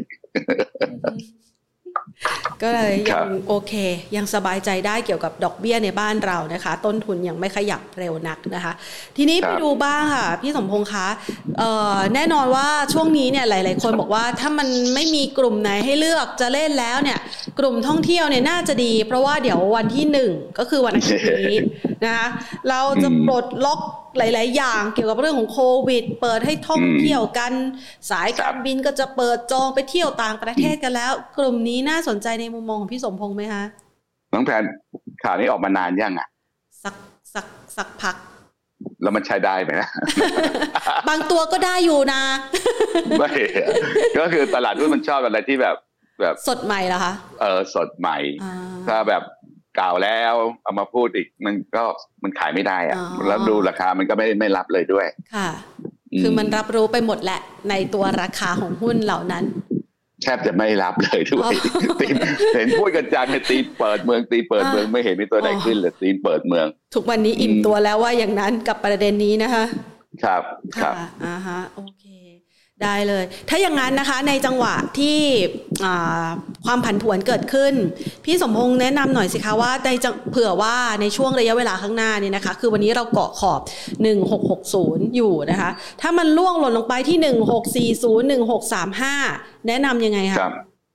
ก็เลยยังโอเคยังสบายใจได้เกี่ยวกับดอกเบี้ยในบ้านเรานะคะต้นทุนยังไม่ขยับเร็วนักนะคะทีนี้ไปดูบ้างค่ะพี่สมพงษ์คะแน่นอนว่าช่วงนี้เนี่ยหลายๆคนบอกว่าถ้ามันไม่มีกลุ่มไหนให้เลือกจะเล่นแล้วเนี่ยกลุ่มท่องเที่ยวเนี่ยน่าจะดีเพราะว่าเดี๋ยววันที่1ก็คือวันอาทิตย์นี้นะคะเราจะปลดล็อกหลายๆอย่างเกี่ยวกับเรื่องของโควิดเปิดให้ท่องเที่ยวกันสายการบินก็จะเปิดจองไปเที่ยวต่างประเทศกันแล้วกลุ่มนี้น่าสนใจในมุมมองของพี่สมพงษ์ไหมคะน้องแพนข่าวนี้ออกมานานยังอ่ะสักพักแล้วมันใช้ได้ไหมนะบางตัวก็ได้อยู่นะไม่ก็คือตลาดหุ้นมันชอบอะไรที่แบบสดใหม่เหรอคะสดใหม่ถ้าแบบกล่าวแล้วเอามาพูดอีกมันขายไม่ได้อะแล้วดูราคามันก็ไม่รับเลยด้วยค่ะคือมันรับรู้ไปหมดแหละในตัวราคาของหุ้นเหล่านั้นแทบจะไม่รับเลยด้วยเห็นพูดกันจังตีเปิดเมืองไม่เห็นมีตัวไหนขึ้นเลยตีเปิดเมืองทุกวันนี้อิ่มตัวแล้วว่าอย่างนั้นกับประเด็นนี้นะคะครับครับโอเคได้เลยถ้าอย่างนั้นนะคะในจังหวะที่ความผันผวนเกิดขึ้นพี่สมพงษ์แนะนำหน่อยสิคะว่าเผื่อว่าในช่วงระยะเวลาข้างหน้านี่นะคะคือวันนี้เราเกาะขอบ1660อยู่นะคะถ้ามันล่วงหล่นลงไปที่1640 1635แนะนำยังไงคะ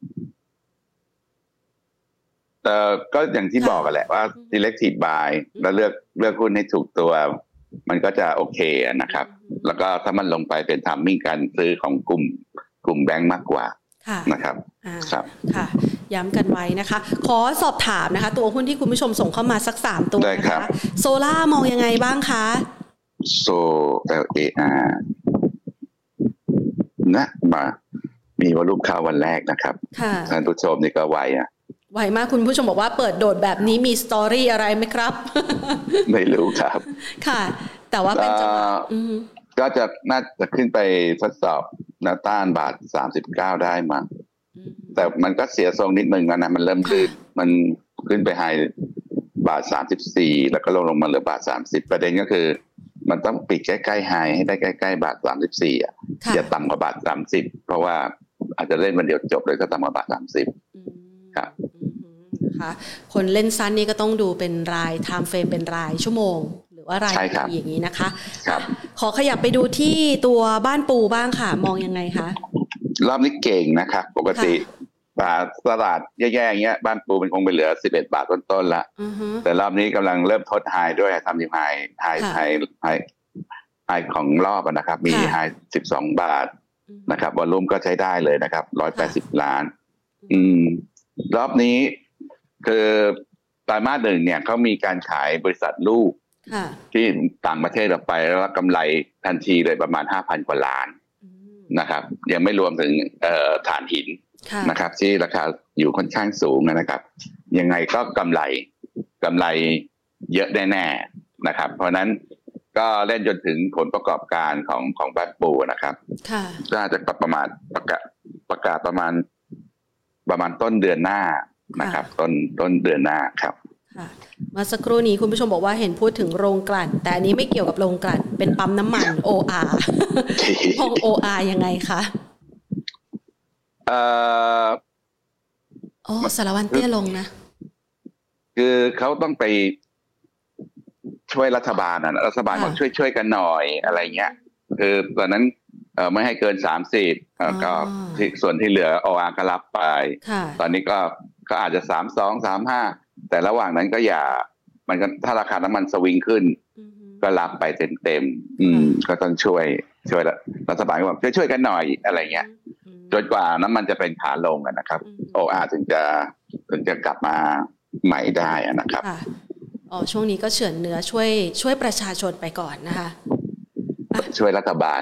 ก็อย่างที่บอกกันแหละว่า selective buy แล้วเลือกหุ้นให้ถูกตัวมันก็จะโอเคนะครับแล้วก็ถ้ามันลงไปเป็นทามมิ่งการซื้อของกลุ่มแบงก์มากกว่านะครับครับค่ะย้ำกันไว้นะคะขอสอบถามนะคะตัวหุ้นที่คุณผู้ชมส่งเข้ามาสัก3ตัวนะคะโซล่ามองยังไงบ้างคะโซ LAR นะมามีวอลุ่มเข้าวันแรกนะครับท่านผู้ชมนี่ก็ไวมากคุณผู้ชมบอกว่าเปิดโดดแบบนี้มีสตอรี่อะไรไหมครับไม่รู้ครับค่ะแต่ว่าเป็นจังหวะก็จะน่าจะขึ้นไปทดสอบแนวต้านบาท39ได้มั้งแต่มันก็เสียทรงนิดนึงนะมันเริ่มลื่นมันขึ้นไปไฮบาท34แล้วก็ลงมาเหลือบาท30ประเด็นก็คือมันต้องปิดใกล้ๆไฮให้ได้ใกล้ๆบาท34อย่าต่ำกว่าบาท30เพราะว่าอาจจะเล่นวันเดียวจบเลยก็ต่ำกว่าบาท30ครับค่ะคนเล่นสั้นนี่ก็ต้องดูเป็นรายไทม์เฟรมเป็นรายชั่วโมงหรือว่ารายปีอย่างนี้นะคะขอขยับไปดูที่ตัวบ้านปูบ้างค่ะมองยังไงคะรอบนี้เก่งนะครับปกติตลาดแย่ๆอย่างเงี้ยบ้านปูมันคงไปเหลือ11 บาทต้นๆละแต่รอบนี้กำลังเริ่มทดไฮด้วยทำนิวไฮของรอบนะครับมีไฮ12 บาทนะครับวอลุ่มก็ใช้ได้เลยนะครับ180 ล้านรอบนี้คือไตรมาส 1เนี่ยเขามีการขายบริษัทลูกที่ต่างประเทศออกไปแล้วกำไรทันทีเลยประมาณ 5,000 กว่าล้านนะครับยังไม่รวมถึงถ่านหินนะครับที่ราคาอยู่ค่อนข้างสูงนะครับยังไงก็กำไรเยอะแน่ๆนะครับเพราะนั้นก็เล่นจนถึงผลประกอบการของบ้านปูนะครับก็จะประมาณประกาศประมาณต้นเดือนหน้านะครับต้นเดือนหน้าครับมาสักครู่นี้คุณผู้ชมบอกว่าเห็นพูดถึงโรงกลั่นแต่อันนี้ไม่เกี่ยวกับโรงกลั่นเป็นปั๊มน้ำมัน OR มอง OR ยังไงคะสารวัตรเตี้ยลงนะคือเขาต้องไปช่วยรัฐบาลบอกช่วยกันหน่อยอะไรเงี้ยคือตอนนั้นไม่ให้เกิน30ก็ส่วนที่เหลือ OR ก็รับไปตอนนี้ก็อาจจะ32 35แต่ระหว่างนั้นก็มันก็ถ้าราคาน้ำมันสวิงขึ้นก็รับไปเต็มก็ต้องช่วยรัฐบาลก็บอกช่วยกันหน่อยอะไรเงี้ยจนกว่าน้ำมันจะเป็นขาลงนะครับOR ถึงจะกลับมาใหม่ได้นะครับช่วงนี้ก็เฉือนเนื้อช่วยประชาชนไปก่อนนะคะช่วยรัฐบาล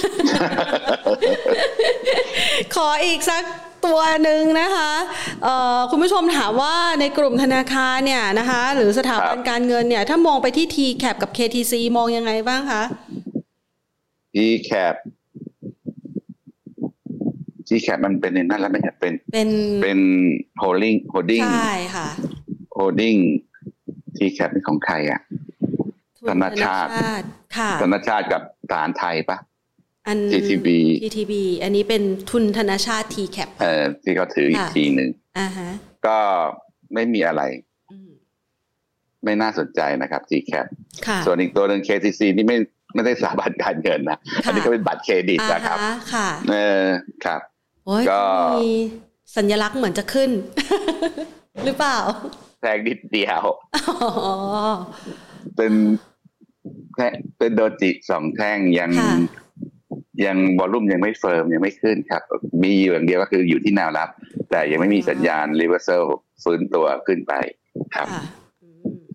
ขออีกสักตัวหนึ่งนะคะคุณผู้ชมถามว่าในกลุ่มธนาคารเนี่ยนะคะหรือสถาบันการเงินเนี่ยถ้ามองไปที่ TCAP กับ KTC มองยังไงบ้างคะ TCAP มันเป็นในนั้นแล้วไม่ใช่เป็น holding ใช่ค่ะ holding TCAP เป็นของใครอ่ะธนาชาติค่ะธนาชาติกับทหารไทยปะTTB อันนี้เป็นทุนธนาชาติ TCAP ที่เขาถืออีกทีหนึ่งก็ไม่มีอะไรไม่น่าสนใจนะครับ TCAP ส่วนอีกตัวหนึ่ง KTC นี่ไม่ได้สถาบันการเงินนะอันนี้ก็เป็นบัตรเครดิตนะครับค่ะครับก็มีสัญลักษณ์เหมือนจะขึ้น หรือเปล่าแทงนิดเดียวเป็นโดจิ2 แท่งยังวอลุ่มยังไม่เฟิร์มยังไม่ขึ้นครับมีอย่างเดียวก็คืออยู่ที่แนวรับแต่ยังไม่มีสัญญาณรีเวอร์เซลฟื้นตัวขึ้นไปครับ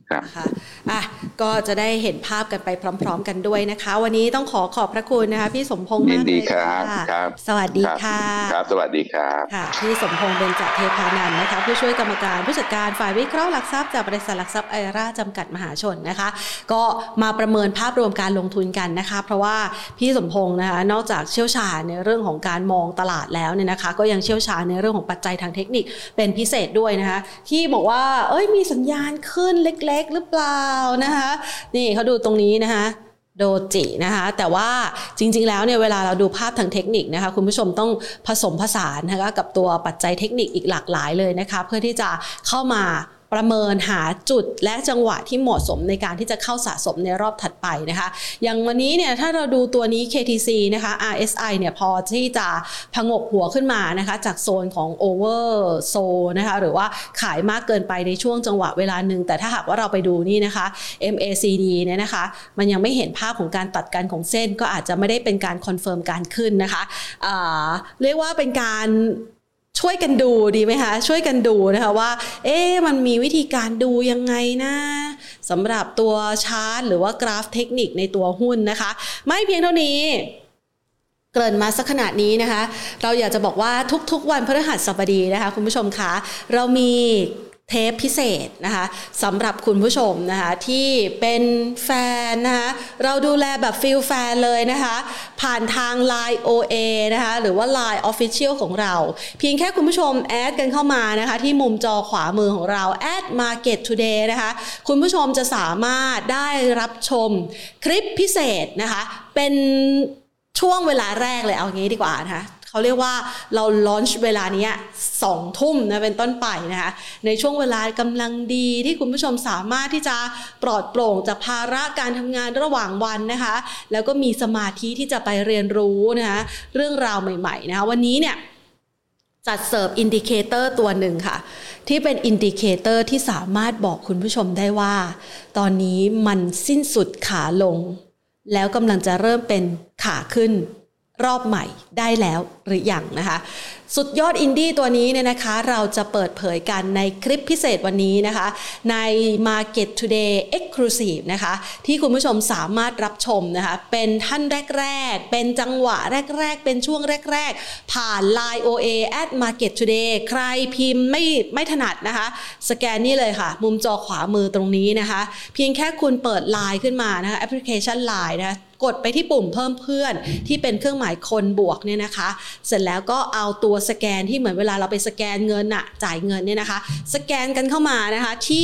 นะคะก็จะได้เห็นภาพกันไปพร้อมๆกันด้วยนะคะวันนี้ต้องขอบพระคุณนะคะพี่สมพงษ์มากเลยค่ะสวัสดีค่ะครับสวัสดีครับค่ะพี่สมพงษ์เบญจเทพานันท์นะคะผู้ช่วยกรรมการผู้จัดการฝ่ายวิเคราะห์หลักทรัพย์จากบริษัทหลักทรัพย์ไอราจำกัดมหาชนนะคะก็มาประเมินภาพรวมการลงทุนกันนะคะเพราะว่าพี่สมพงษ์นะคะนอกจากเชี่ยวชาญในเรื่องของการมองตลาดแล้วเนี่ยนะคะก็ยังเชี่ยวชาญในเรื่องของปัจจัยทางเทคนิคเป็นพิเศษด้วยนะคะที่บอกว่ามีสัญญาณขึ้นเล็กๆหรือเปล่านะคะนี่เขาดูตรงนี้นะคะโดจินะคะแต่ว่าจริงๆแล้วเนี่ยเวลาเราดูภาพทางเทคนิคนะคะคุณผู้ชมต้องผสมผสานนะคะกับตัวปัจจัยเทคนิคอีกหลากหลายเลยนะคะเพื่อที่จะเข้ามาประเมินหาจุดและจังหวะที่เหมาะสมในการที่จะเข้าสะสมในรอบถัดไปนะคะอย่างวันนี้เนี่ยถ้าเราดูตัวนี้ KTC นะคะ RSI เนี่ยพอที่จะผงกหัวขึ้นมานะคะจากโซนของ over sold นะคะหรือว่าขายมากเกินไปในช่วงจังหวะเวลาหนึ่งแต่ถ้าหากว่าเราไปดูนี่นะคะ MACD เนี่ยนะคะมันยังไม่เห็นภาพของการตัดกันของเส้นก็อาจจะไม่ได้เป็นการคอนเฟิร์มการขึ้นนะคะเรียกว่าเป็นการช่วยกันดูดีไหมคะช่วยกันดูนะคะว่ามันมีวิธีการดูยังไงนะสำหรับตัวชาร์ตหรือว่ากราฟเทคนิคในตัวหุ้นนะคะไม่เพียงเท่านี้เกริ่นมาสักขนาดนี้นะคะเราอยากจะบอกว่าทุกๆวันพฤหัสบดีนะคะคุณผู้ชมคะเรามีเทปพิเศษนะคะสำหรับคุณผู้ชมนะคะที่เป็นแฟนนะคะเราดูแลแบบฟิลแฟนเลยนะคะผ่านทาง Line OA นะคะหรือว่า Line Official ของเราเพียงแค่คุณผู้ชมแอดกันเข้ามานะคะที่มุมจอขวามือของเรา @Market Today นะคะคุณผู้ชมจะสามารถได้รับชมคลิปพิเศษนะคะเป็นช่วงเวลาแรกเลยเอางี้ดีกว่านะคะเขาเรียกว่าเราลอนช์เวลานี้20 ทุ่มนะเป็นต้นไปนะคะในช่วงเวลากำลังดีที่คุณผู้ชมสามารถที่จะปลอดโปร่งจากภาระการทำงานระหว่างวันนะคะแล้วก็มีสมาธิที่จะไปเรียนรู้นะคะเรื่องราวใหม่ๆนะคะวันนี้เนี่ยจัดเสิร์ฟอินดิเคเตอร์ตัวหนึ่งค่ะที่เป็นอินดิเคเตอร์ที่สามารถบอกคุณผู้ชมได้ว่าตอนนี้มันสิ้นสุดขาลงแล้วกำลังจะเริ่มเป็นขาขึ้นรอบใหม่ได้แล้วหรือยังนะคะสุดยอดอินดี้ตัวนี้เนี่ยนะคะเราจะเปิดเผยกันในคลิปพิเศษวันนี้นะคะใน Market Today Exclusive นะคะที่คุณผู้ชมสามารถรับชมนะคะเป็นท่านแรกๆเป็นจังหวะแรกๆเป็นช่วงแรกๆผ่าน Line OA @Market Today ใครพิมพ์ไม่ถนัดนะคะสแกนนี่เลยค่ะมุมจอขวามือตรงนี้นะคะเพียงแค่คุณเปิด Line ขึ้นมานะคะแอปพลิเคชัน Line นะคะกดไปที่ปุ่มเพิ่มเพื่อนที่เป็นเครื่องหมายคนบวกเนี่ยนะคะเสร็จแล้วก็เอาตัวสแกนที่เหมือนเวลาเราไปสแกนเงินอะจ่ายเงินเนี่ยนะคะสแกนกันเข้ามานะคะที่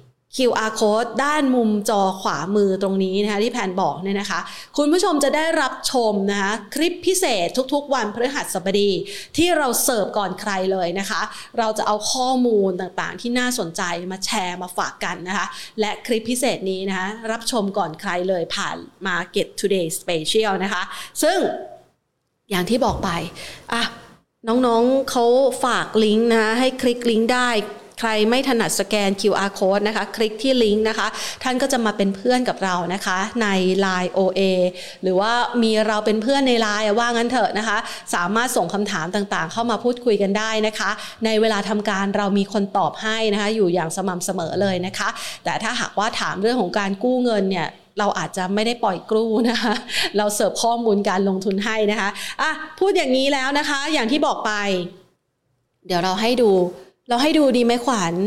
QR code ด้านมุมจอขวามือตรงนี้นะคะที่แผนบอกเนี่ยนะคะคุณผู้ชมจะได้รับชมนะคะคลิปพิเศษทุกๆวันพฤหัสบดีที่เราเสิร์ฟก่อนใครเลยนะคะเราจะเอาข้อมูลต่างๆที่น่าสนใจมาแชร์มาฝากกันนะคะและคลิปพิเศษนี้นะคะรับชมก่อนใครเลยผ่าน Market Today Special นะคะซึ่งอย่างที่บอกไปน้องๆเขาฝากลิงก์นะให้คลิกลิงก์ได้ใครไม่ถนัดสแกน QR code นะคะคลิกที่ลิงก์นะคะท่านก็จะมาเป็นเพื่อนกับเรานะคะใน Line OA หรือว่ามีเราเป็นเพื่อนใน Line ว่างั้นเถอะนะคะสามารถส่งคำถามต่างๆเข้ามาพูดคุยกันได้นะคะในเวลาทำการเรามีคนตอบให้นะคะอยู่อย่างสม่ำเสมอเลยนะคะแต่ถ้าหากว่าถามเรื่องของการกู้เงินเนี่ยเราอาจจะไม่ได้ปล่อยกู้นะคะเราเสิร์ฟข้อมูลการลงทุนให้นะคะพูดอย่างนี้แล้วนะคะอย่างที่บอกไปเดี๋ยวเราให้ดูดีไหมขวัญ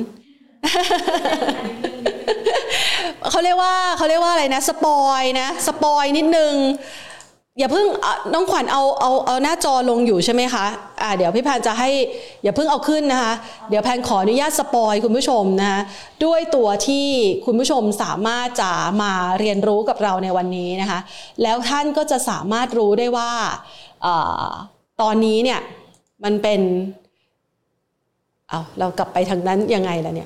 เขาเรียกว่าอะไรนะสปอยนิดนึงอย่าเพิ่งน้องขวัญเอาหน้าจอลงอยู่ใช่ไหมคะเดี๋ยวพี่แพนจะให้อย่าเพิ่งเอาขึ้นนะคะเดี๋ยวแพนขออนุญาตสปอยคุณผู้ชมนะคะด้วยตัวที่คุณผู้ชมสามารถจะมาเรียนรู้กับเราในวันนี้นะคะแล้วท่านก็จะสามารถรู้ได้ว่าตอนนี้เนี่ยมันเป็นเรากลับไปทางนั้นยังไงล่ะเนี่ย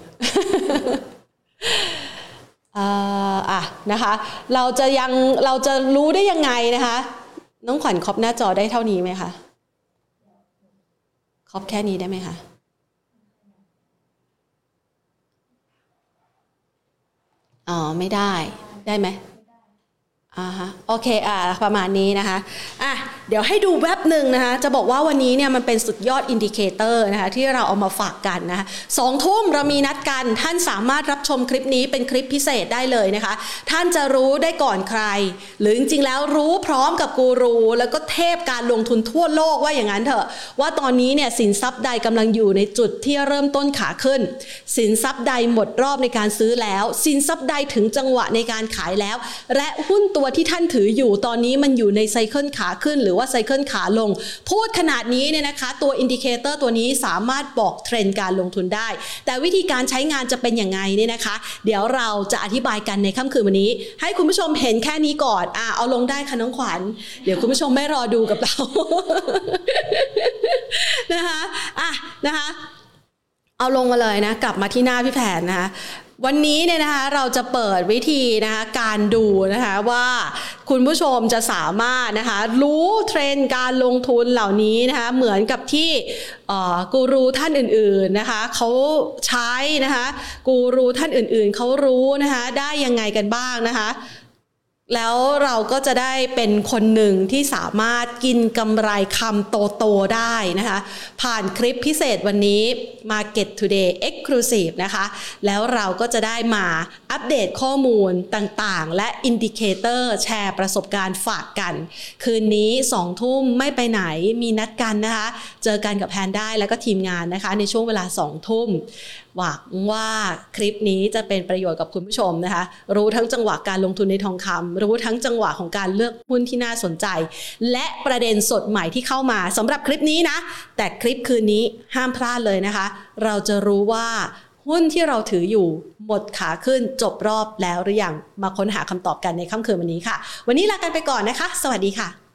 นะคะเราจะรู้ได้ยังไงนะคะน้องขวัญครอบหน้าจอได้เท่านี้ไหมคะครอบแค่นี้ได้ไหมคะไม่ได้ไหมฮะโอเคประมาณนี้นะคะเดี๋ยวให้ดูแว็บหนึ่งนะคะจะบอกว่าวันนี้เนี่ยมันเป็นสุดยอดอินดิเคเตอร์นะคะที่เราเอามาฝากกันนะคะ2 ทุ่มเรามีนัดกันท่านสามารถรับชมคลิปนี้เป็นคลิปพิเศษได้เลยนะคะท่านจะรู้ได้ก่อนใครหรือจริงๆแล้วรู้พร้อมกับกูรูแล้วก็เทพการลงทุนทั่วโลกว่าอย่างนั้นเถอะว่าตอนนี้เนี่ยสินทรัพย์ใดกำลังอยู่ในจุดที่เริ่มต้นขาขึ้นสินทรัพย์ใดหมดรอบในการซื้อแล้วสินทรัพย์ใดถึงจังหวะในการขายแล้วและหุ้นตัวที่ท่านถืออยู่ตอนนี้มันอยู่ในไซเคิลขาขึ้นหรือว่าไซเคิลขาลงพูดขนาดนี้เนี่ยนะคะตัวอินดิเคเตอร์ตัวนี้สามารถบอกเทรนด์การลงทุนได้แต่วิธีการใช้งานจะเป็นยังไงเนี่ยนะคะเดี๋ยวเราจะอธิบายกันในค่ำคืนวันนี้ให้คุณผู้ชมเห็นแค่นี้ก่อนเอาลงได้ค่ะน้องขวัญเดี๋ยวคุณผู้ชมไม่รอดูกับเรา นะคะนะคะเอาลงมาเลยนะกลับมาที่หน้าพี่แผนนะคะวันนี้เนี่ยนะคะเราจะเปิดวิธีนะคะการดูนะคะว่าคุณผู้ชมจะสามารถนะคะรู้เทรนด์การลงทุนเหล่านี้นะคะเหมือนกับที่กูรูท่านอื่นๆนะคะเขาใช้นะคะกูรูท่านอื่นๆเขารู้นะคะได้ยังไงกันบ้างนะคะแล้วเราก็จะได้เป็นคนหนึ่งที่สามารถกินกำไรคำโตๆได้นะคะผ่านคลิปพิเศษวันนี้ Market Today Exclusive นะคะแล้วเราก็จะได้มาอัปเดตข้อมูลต่างๆและอินดิเคเตอร์แชร์ประสบการณ์ฝากกันคืนนี้ 20:00 นไม่ไปไหนมีนัดกันนะคะเจอกันกับแพนได้แล้วก็ทีมงานนะคะในช่วงเวลา 20:00 นหวังว่าคลิปนี้จะเป็นประโยชน์กับคุณผู้ชมนะคะรู้ทั้งจังหวะการลงทุนในทองคำรู้ทั้งจังหวะของการเลือกหุ้นที่น่าสนใจและประเด็นสดใหม่ที่เข้ามาสำหรับคลิปนี้นะแต่คลิปคืนนี้ห้ามพลาดเลยนะคะเราจะรู้ว่าหุ้นที่เราถืออยู่หมดขาขึ้นจบรอบแล้วหรือยังมาค้นหาคำตอบกันในค่ำคืนวันนี้ค่ะวันนี้ลากันไปก่อนนะคะสวัสดีค่ะ